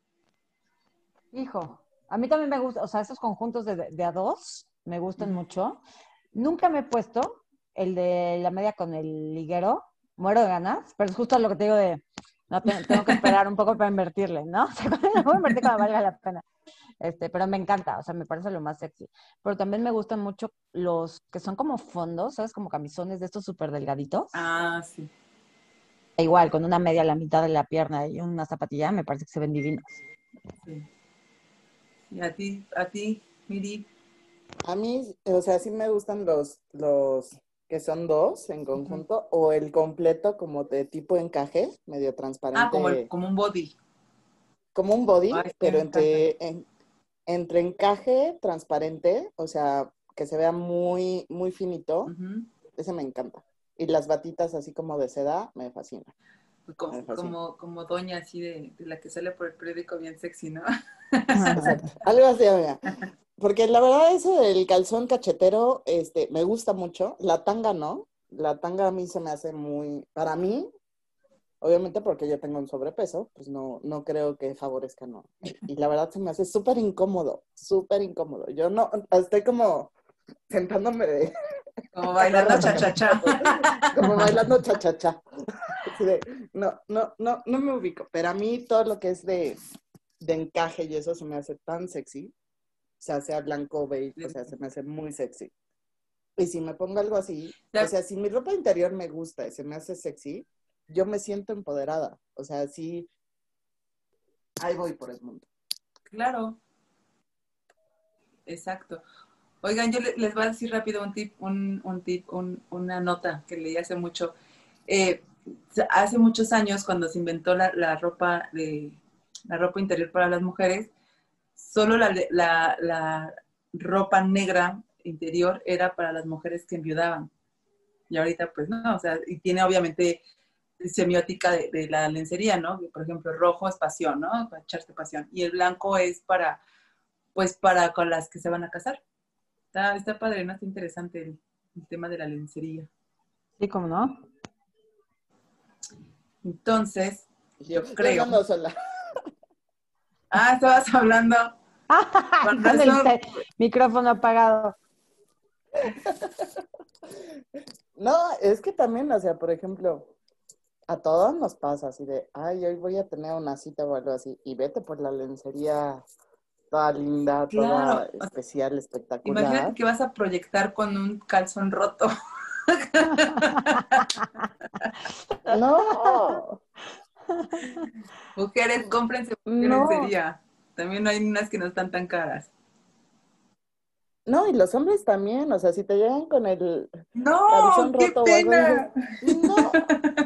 Hijo, a mí también me gusta, o sea, esos conjuntos de a dos me gustan mucho. Nunca me he puesto el de la media con el liguero, muero de ganas, pero es justo lo que te digo de, no, tengo que esperar un poco para invertirle, ¿no? O sea, voy a invertir cuando valga la pena. Pero me encanta, o sea, me parece lo más sexy. Pero también me gustan mucho los que son como fondos, ¿sabes? Como camisones de estos súper delgaditos. Ah, sí. Igual, con una media a la mitad de la pierna y una zapatilla, me parece que se ven divinos. Sí. Y a ti, Miri. A mí, o sea, sí me gustan los que son dos en Ujú. conjunto o el completo como de tipo encaje, medio Ah, transparente, como un body. como un body, Ay, sí, me pero encantan. entre encaje transparente, o sea, que se vea muy, muy finito, Ujú. ese me encanta. Y las batitas así como de seda, me fascina, Como, me fascina. como doña así de la que sale por el periódico bien sexy, ¿no? Exacto, algo así, amiga. Porque la verdad eso del calzón cachetero, me gusta mucho. La tanga no. La tanga a mí se me hace muy, para mí, obviamente porque yo tengo un sobrepeso, pues no, no creo que favorezca, no. Y la verdad se me hace súper incómodo, súper incómodo. Yo no, estoy como sentándome Como bailando agarrando cha-cha-cha. como bailando cha-cha-cha. Así de, no, no, no, no me ubico. Pero a mí todo lo que es de encaje y eso se me hace tan sexy. O sea blanco o beige, o sea, se me hace muy sexy. Y si me pongo algo así, o sea, si mi ropa interior me gusta y se me hace sexy, yo me siento empoderada. O sea, sí, ahí voy por el mundo. Claro, exacto. Oigan, yo les voy a decir rápido una nota que leí hace mucho. Eh, Hace muchos años, cuando se inventó la ropa interior para las mujeres, solo la ropa negra interior era para las mujeres que enviudaban. Y ahorita, pues no, o sea, y tiene obviamente semiótica de la lencería, ¿no? Por ejemplo, el rojo es pasión, ¿no? Para echarse pasión. Y el blanco es pues para con las que se van a casar. Está padre, ¿no? Está interesante el tema de la lencería. Sí, ¿cómo no? Entonces, yo Yo creo. hablando sola. Estabas hablando. Con Con el razón. micrófono apagado. No, es que también, o sea, por ejemplo, a todos nos pasa así de, ay, hoy voy a tener una cita o algo así, y vete por la lencería toda linda, toda Claro. O sea, especial, imagínate espectacular. que vas a proyectar con un calzón roto. No, Mujeres, cómprense No, lencería. También hay unas que no están tan caras. no, y los hombres también, o sea, si te llegan con el No, calzón qué roto o algo, dices, pena. no,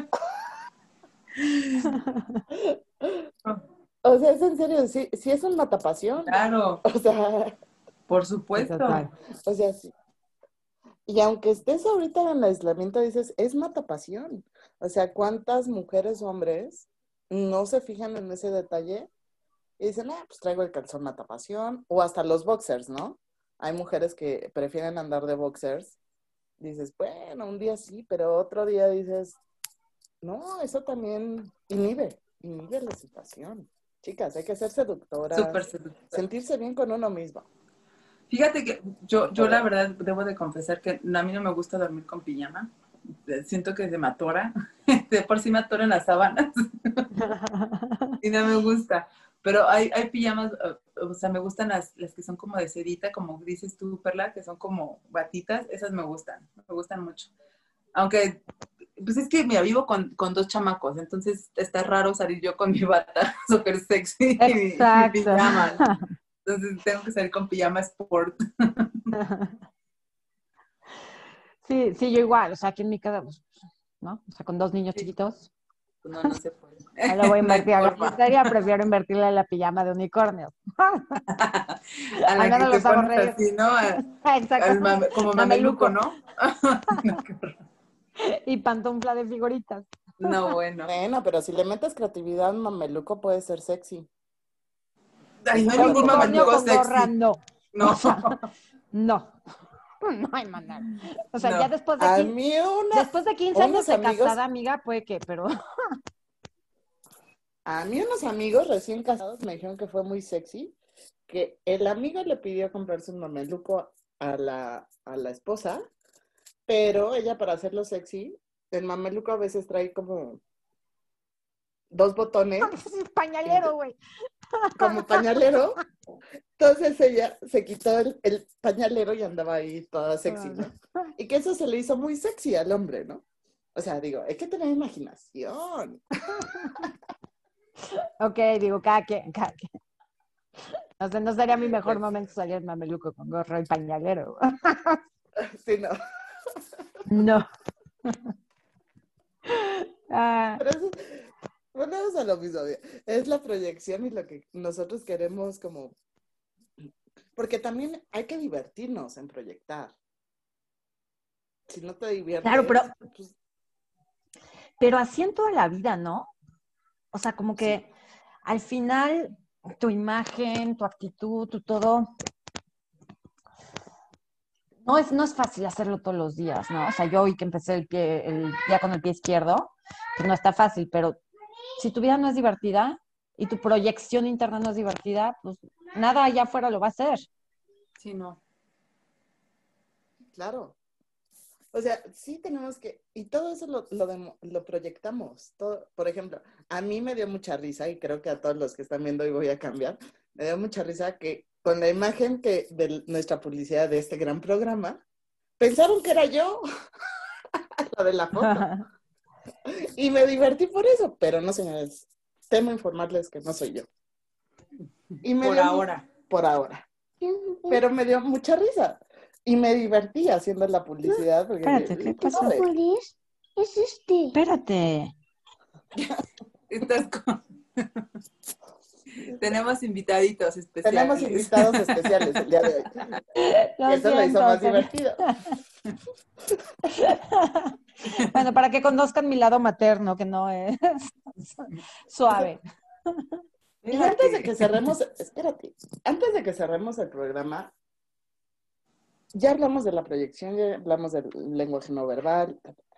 o sea, es en serio, sí, sí es un matapasión, Claro, o sea, por sí, supuesto. total. o sea, sí. Y aunque estés ahorita en el aislamiento, dices, es matapasión. O sea, ¿cuántas mujeres o hombres no se fijan en ese detalle y dicen, pues traigo el calzón matapasión? O hasta los boxers, ¿no? Hay mujeres que prefieren andar de boxers. Dices, bueno, un día sí, pero otro día dices, no, eso también inhibe la situación. Chicas, hay que ser Súper seductoras, seductor. sentirse bien con uno mismo, Fíjate que yo la empoderar. verdad debo de confesar que a mí no me gusta dormir con pijama. Siento que se me atora. De por sí me atora en las sábanas y no me gusta. Pero hay pijamas, o sea, me gustan las que son como de sedita, como dices tú, Perla, que son como batitas. Esas me gustan mucho. Aunque, pues es que, mira, vivo con dos chamacos, entonces está raro salir yo con mi bata súper sexy y mi Exacto. pijama, ¿no? Entonces tengo que salir con pijama sport. Sí, sí, yo igual, o sea, aquí en mi casa, pues, ¿no? O sea, con dos niños Sí, chiquitos, no, no se puede. no le voy a No hay invertir a la forma. lencería, prefiero invertirle en la pijama de unicornio. A Al la que menos te los hago pones reír. así, ¿no? Exacto. Como mameluco, Mameluco ¿no? No, qué horror. y pantufla de figuritas. No, bueno. Bueno, pero si le metes creatividad, mameluco puede ser sexy. Ay, no hay De Está ningún unicornio mameluco con gorra, sexy. no. O No, sea, no. No hay manera. O sea, ya no. después de, a mí después de 15 años unos de amigos, casada, amiga, puede que, pero a mí unos amigos recién casados me dijeron que fue muy sexy, que el amigo le pidió comprarse un mameluco a la esposa, pero ella para hacerlo sexy, el mameluco a veces trae como dos botones, es pañalero, güey. como pañalero, Entonces ella se quitó el pañalero y andaba ahí toda sexy, ¿no? Y que eso se le hizo muy sexy al hombre, ¿no? O sea, digo, hay que tener imaginación. Ok, digo, cada quien, cada quien. O sea, no sería mi mejor momento salir mameluco con gorro y pañalero. Sí, no. No. Ah, Pero eso, bueno, es a lo mismo. Es la proyección y lo que nosotros queremos como... Porque también hay que divertirnos en proyectar. Si no te claro, diviertes, pues pero así en toda la vida, ¿no? O sea, como sí, que al final tu imagen, tu actitud, tu todo, no es fácil hacerlo todos los días, ¿no? O sea, yo hoy que empecé el día con el pie izquierdo, pues no está fácil, pero si tu vida no es divertida y tu proyección interna no es divertida, pues nada allá afuera lo va a hacer. Sí, no. claro. O sea, sí tenemos que, y todo eso lo proyectamos. Todo, por ejemplo, a mí me dio mucha risa, y creo que a todos los que están viendo hoy voy a cambiar, me dio mucha risa que con la imagen que de nuestra publicidad de este gran programa, pensaron que era yo, la de la foto. Y me divertí por eso, pero no, señores, temo informarles que no soy yo. Y me Por dio, ahora. por ahora, pero me dio mucha risa. Y me divertí haciendo la publicidad Espérate, porque, ¿qué tú pasó? sabes, Es este. Espérate. Estás con... Tenemos invitaditos tenemos especiales. invitados especiales el día de hoy. Lo Eso lo hizo siento, más divertido. Bueno, para que conozcan mi lado materno, que no es suave. Y antes de que cerremos, espérate, antes de que cerremos el programa, ya hablamos de la proyección, ya hablamos del lenguaje no verbal,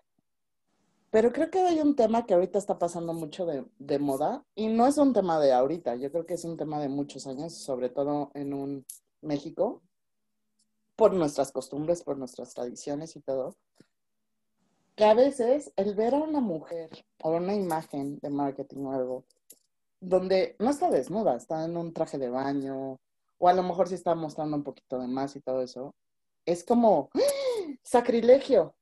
pero creo que hay un tema que ahorita está pasando mucho de moda y no es un tema de ahorita, yo creo que es un tema de muchos años, sobre todo en un México, por nuestras costumbres, por nuestras tradiciones y todo, que a veces el ver a una mujer o una imagen de marketing o algo, donde no está desnuda, está en un traje de baño, o a lo mejor sí está mostrando un poquito de más y todo eso, es como ¡ah! Sacrilegio.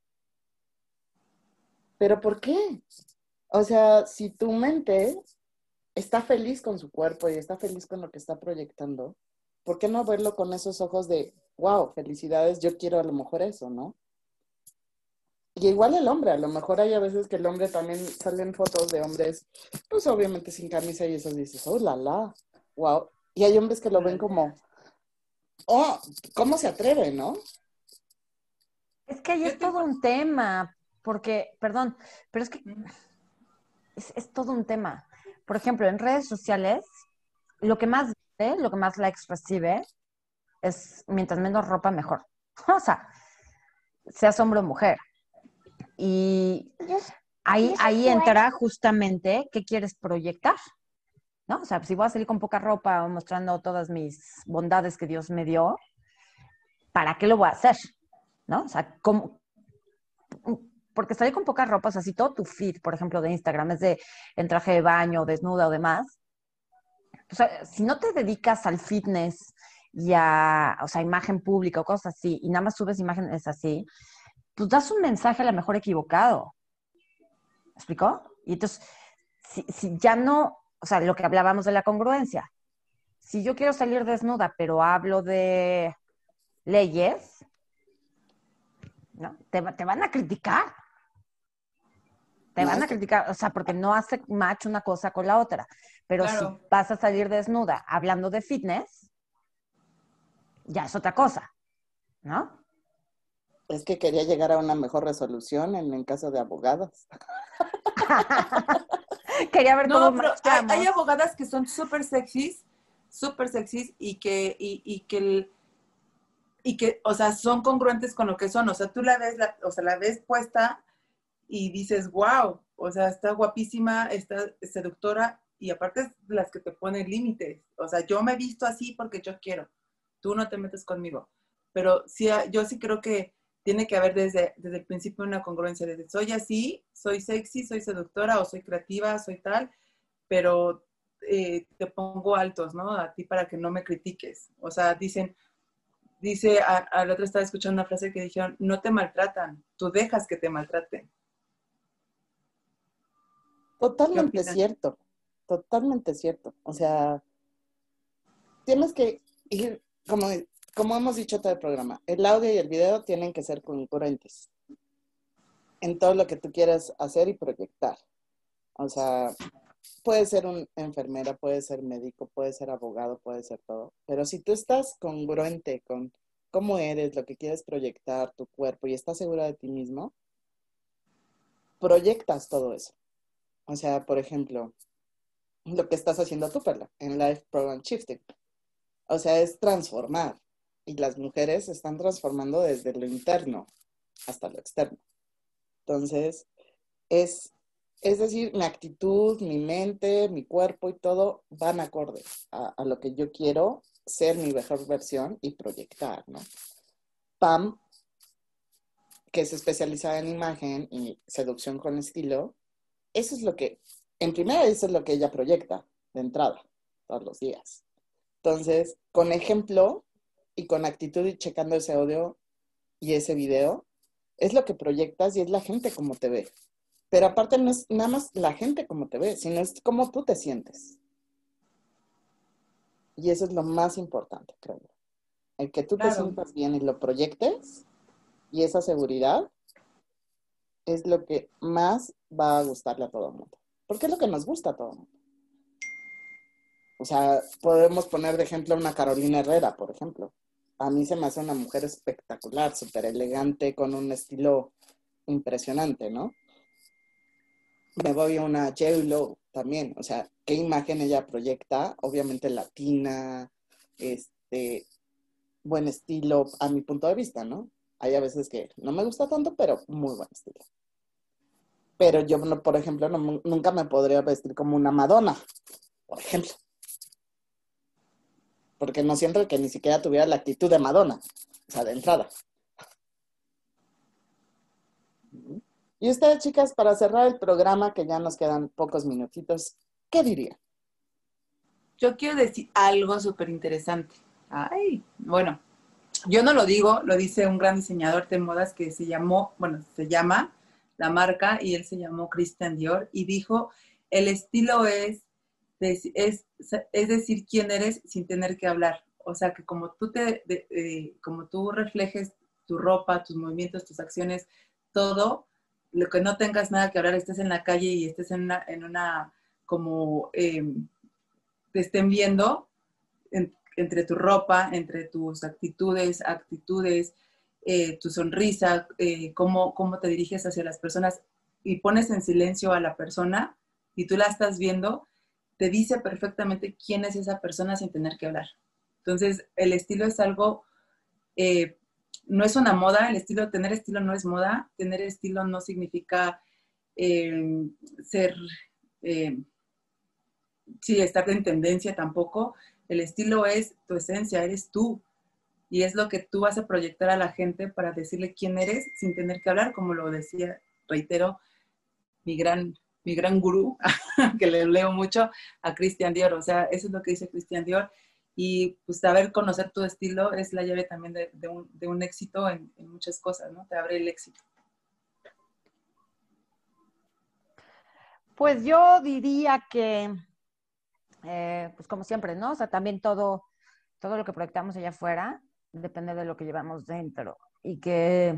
¿Pero por qué? O sea, si tu mente está feliz con su cuerpo y está feliz con lo que está proyectando, ¿por qué no verlo con esos ojos de, wow, felicidades, yo quiero a lo mejor eso, ¿no? Y igual el hombre, a lo mejor hay a veces que el hombre también salen fotos de hombres, pues obviamente sin camisa y eso dices, oh, la, wow. Y hay hombres que lo ven como, oh, ¿cómo se atreve, no? Es que ahí Yo es todo tengo... un tema, porque, perdón, pero es que es todo un tema. Por ejemplo, en redes sociales, lo que más ve, lo que más likes recibe, es mientras menos ropa, mejor. O sea, seas hombre o mujer. Y ahí entra justamente qué quieres proyectar, ¿no? O sea, si voy a salir con poca ropa o mostrando todas mis bondades que Dios me dio, ¿para qué lo voy a hacer? ¿No? O sea, porque salir con poca ropa, o sea, si todo tu feed, por ejemplo, de Instagram es de en traje de baño, desnuda o demás, o sea, si no te dedicas al fitness y a, o sea, imagen pública o cosas así, y nada más subes imágenes así, pues das un mensaje a lo mejor equivocado. ¿Me explicó? Y entonces, si ya no, o sea, lo que hablábamos de la congruencia, si yo quiero salir desnuda, pero hablo de leyes, ¿no? Te van a criticar. Te No, van a esto, criticar, o sea, porque no hace match una cosa con la otra. Pero si Claro. vas a salir desnuda hablando de fitness, ya es otra cosa, ¿no? es que quería llegar a una mejor resolución en caso de abogados. Quería ver cómo No, pero hay marchamos. abogadas que son súper sexys y que, o sea, son congruentes con lo que son. O sea, tú la ves, o sea, la ves puesta y dices, wow, o sea, está guapísima, está seductora y aparte es las que te ponen límites. O sea, yo me he visto así porque yo quiero. Tú no te metes conmigo. Pero sí, yo sí creo que tiene que haber desde el principio una congruencia. Desde soy así, soy sexy, soy seductora o soy creativa, soy tal, pero te pongo altos, ¿no? A ti para que no me critiques. O sea, al otro estaba escuchando una frase que dijeron, no te maltratan, tú dejas que te maltraten. ¿Qué Totalmente opinas? cierto, totalmente cierto. O sea, tienes que ir, como hemos dicho todo el programa, el audio y el video tienen que ser concurrentes en todo lo que tú quieras hacer y proyectar. O sea, puede ser una enfermera, puede ser médico, puede ser abogado, puede ser todo. Pero si tú estás congruente con cómo eres, lo que quieres proyectar, tu cuerpo y estás segura de ti mismo, proyectas todo eso. O sea, por ejemplo, lo que estás haciendo tú, Perla, en Life Program Shifting. O sea, es transformar. Y las mujeres se están transformando desde lo interno hasta lo externo. Entonces, es decir, mi actitud, mi mente, mi cuerpo y todo van acorde a lo que yo quiero ser mi mejor versión y proyectar, ¿no? Pam, que es especializada en imagen y seducción con estilo, eso es lo que, en primera, eso es lo que ella proyecta de entrada, todos los días. Entonces, con ejemplo y con actitud y checando ese audio y ese video, es lo que proyectas y es la gente como te ve. Pero aparte no es nada más la gente como te ve, sino es cómo tú te sientes. Y eso es lo más importante, creo yo. El que tú te Claro, sientas bien y lo proyectes y esa seguridad es lo que más va a gustarle a todo el mundo. Porque es lo que nos gusta a todo el mundo. O sea, podemos poner de ejemplo a una Carolina Herrera, por ejemplo. A mí se me hace una mujer espectacular, súper elegante, con un estilo impresionante, ¿no? Me voy a una J-Lo también, o sea, qué imagen ella proyecta, obviamente latina, buen estilo, a mi punto de vista, ¿no? Hay a veces que no me gusta tanto, pero muy buen estilo. Pero yo, por ejemplo, nunca me podría vestir como una Madonna, por ejemplo, porque no siento que ni siquiera tuviera la actitud de Madonna, o sea, de entrada. Y ustedes, chicas, para cerrar el programa, que ya nos quedan pocos minutitos, ¿qué dirían? yo quiero decir algo súper interesante. Ay, bueno, yo no lo digo, lo dice un gran diseñador de modas que se llama la marca y él se llamó Christian Dior y dijo, el estilo es decir quién eres sin tener que hablar. O sea, que como tú reflejes tu ropa, tus movimientos, tus acciones, todo, lo que no tengas nada que hablar, estés en la calle y estés en una como te estén viendo, entre tu ropa, entre tus actitudes, tu sonrisa, cómo te diriges hacia las personas y pones en silencio a la persona y tú la estás viendo, te dice perfectamente quién es esa persona sin tener que hablar. Entonces, el estilo es algo, no es una moda, tener estilo no es moda, tener estilo no significa ser, eh, sí, estar en tendencia tampoco. El estilo es tu esencia, eres tú. Y es lo que tú vas a proyectar a la gente para decirle quién eres sin tener que hablar, como lo decía, reitero, mi gran gurú, que le leo mucho, a Christian Dior. O sea, eso es lo que dice Christian Dior. Y pues saber conocer tu estilo es la llave también de un éxito en muchas cosas, ¿no? Te abre el éxito. Pues yo diría que, pues como siempre, ¿no? O sea, también todo lo que proyectamos allá afuera depende de lo que llevamos dentro. Y que,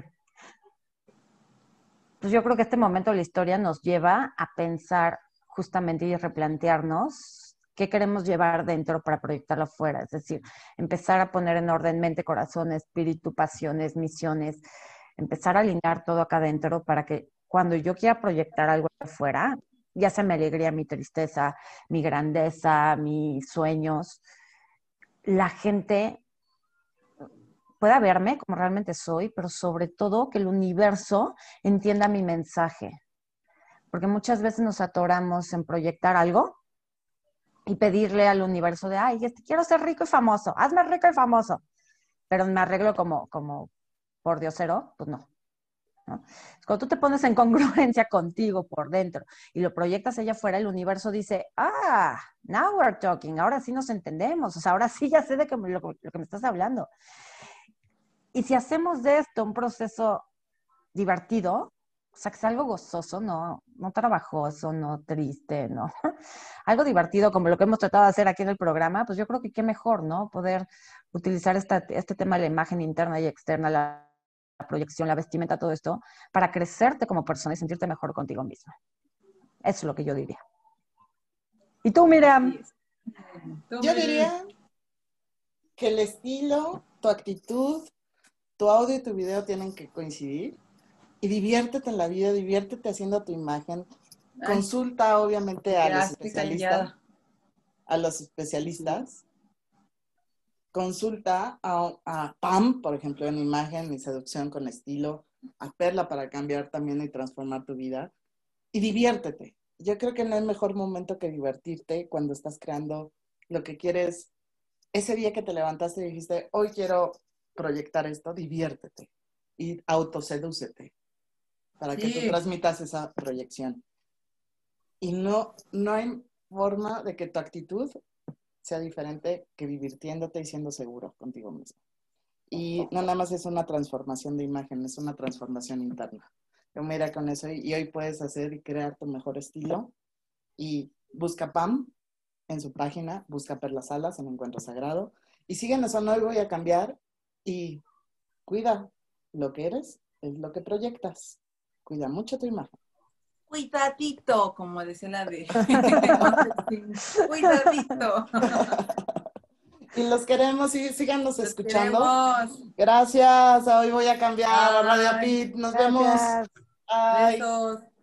pues yo creo que este momento de la historia nos lleva a pensar justamente y replantearnos qué queremos llevar dentro para proyectarlo afuera. Es decir, empezar a poner en orden mente, corazón, espíritu, pasiones, misiones, empezar a alinear todo acá adentro para que cuando yo quiera proyectar algo afuera, ya sea mi alegría, mi tristeza, mi grandeza, mis sueños, la gente pueda verme como realmente soy, pero sobre todo que el universo entienda mi mensaje. Porque muchas veces nos atoramos en proyectar algo y pedirle al universo de, ay, quiero ser rico y famoso, hazme rico y famoso, pero me arreglo como por diosero, pues no. ¿no? Cuando tú te pones en congruencia contigo por dentro y lo proyectas allá afuera, el universo dice, now we're talking, ahora sí nos entendemos, o sea, ahora sí ya sé de lo que me estás hablando. Y si hacemos de esto un proceso divertido, o sea, que sea algo gozoso, no trabajoso, no triste, no. Algo divertido como lo que hemos tratado de hacer aquí en el programa, pues yo creo que qué mejor, ¿no? Poder utilizar este tema de la imagen interna y externa, la proyección, la vestimenta, todo esto, para crecerte como persona y sentirte mejor contigo misma. Eso es lo que yo diría. ¿Y tú, Miriam? Yo diría que el estilo, tu actitud, tu audio y tu video tienen que coincidir. Y diviértete en la vida, diviértete haciendo tu imagen. Consulta, obviamente, a los especialistas. Consulta a Pam, por ejemplo, en imagen y seducción con estilo, a Perla para cambiar también y transformar tu vida. Y diviértete. Yo creo que no hay mejor momento que divertirte cuando estás creando lo que quieres. Ese día que te levantaste y dijiste, hoy quiero proyectar esto, diviértete y autosedúcete para que tú transmitas esa proyección. Y no hay forma de que tu actitud sea diferente que divirtiéndote y siendo seguro contigo mismo. Y no nada más es una transformación de imagen, es una transformación interna. Yo mira con eso y hoy puedes hacer y crear tu mejor estilo. Y busca Pam en su página, busca Perla Salas en Encuentro Sagrado. Y síguenos, no hoy voy a cambiar. Y cuida lo que eres, es lo que proyectas. Cuida mucho tu imagen. Cuidadito, como decía la de... Cuidadito. Y los queremos y síganos escuchando. Gracias, hoy voy a cambiar a Radio Pit. Nos vemos. Besos.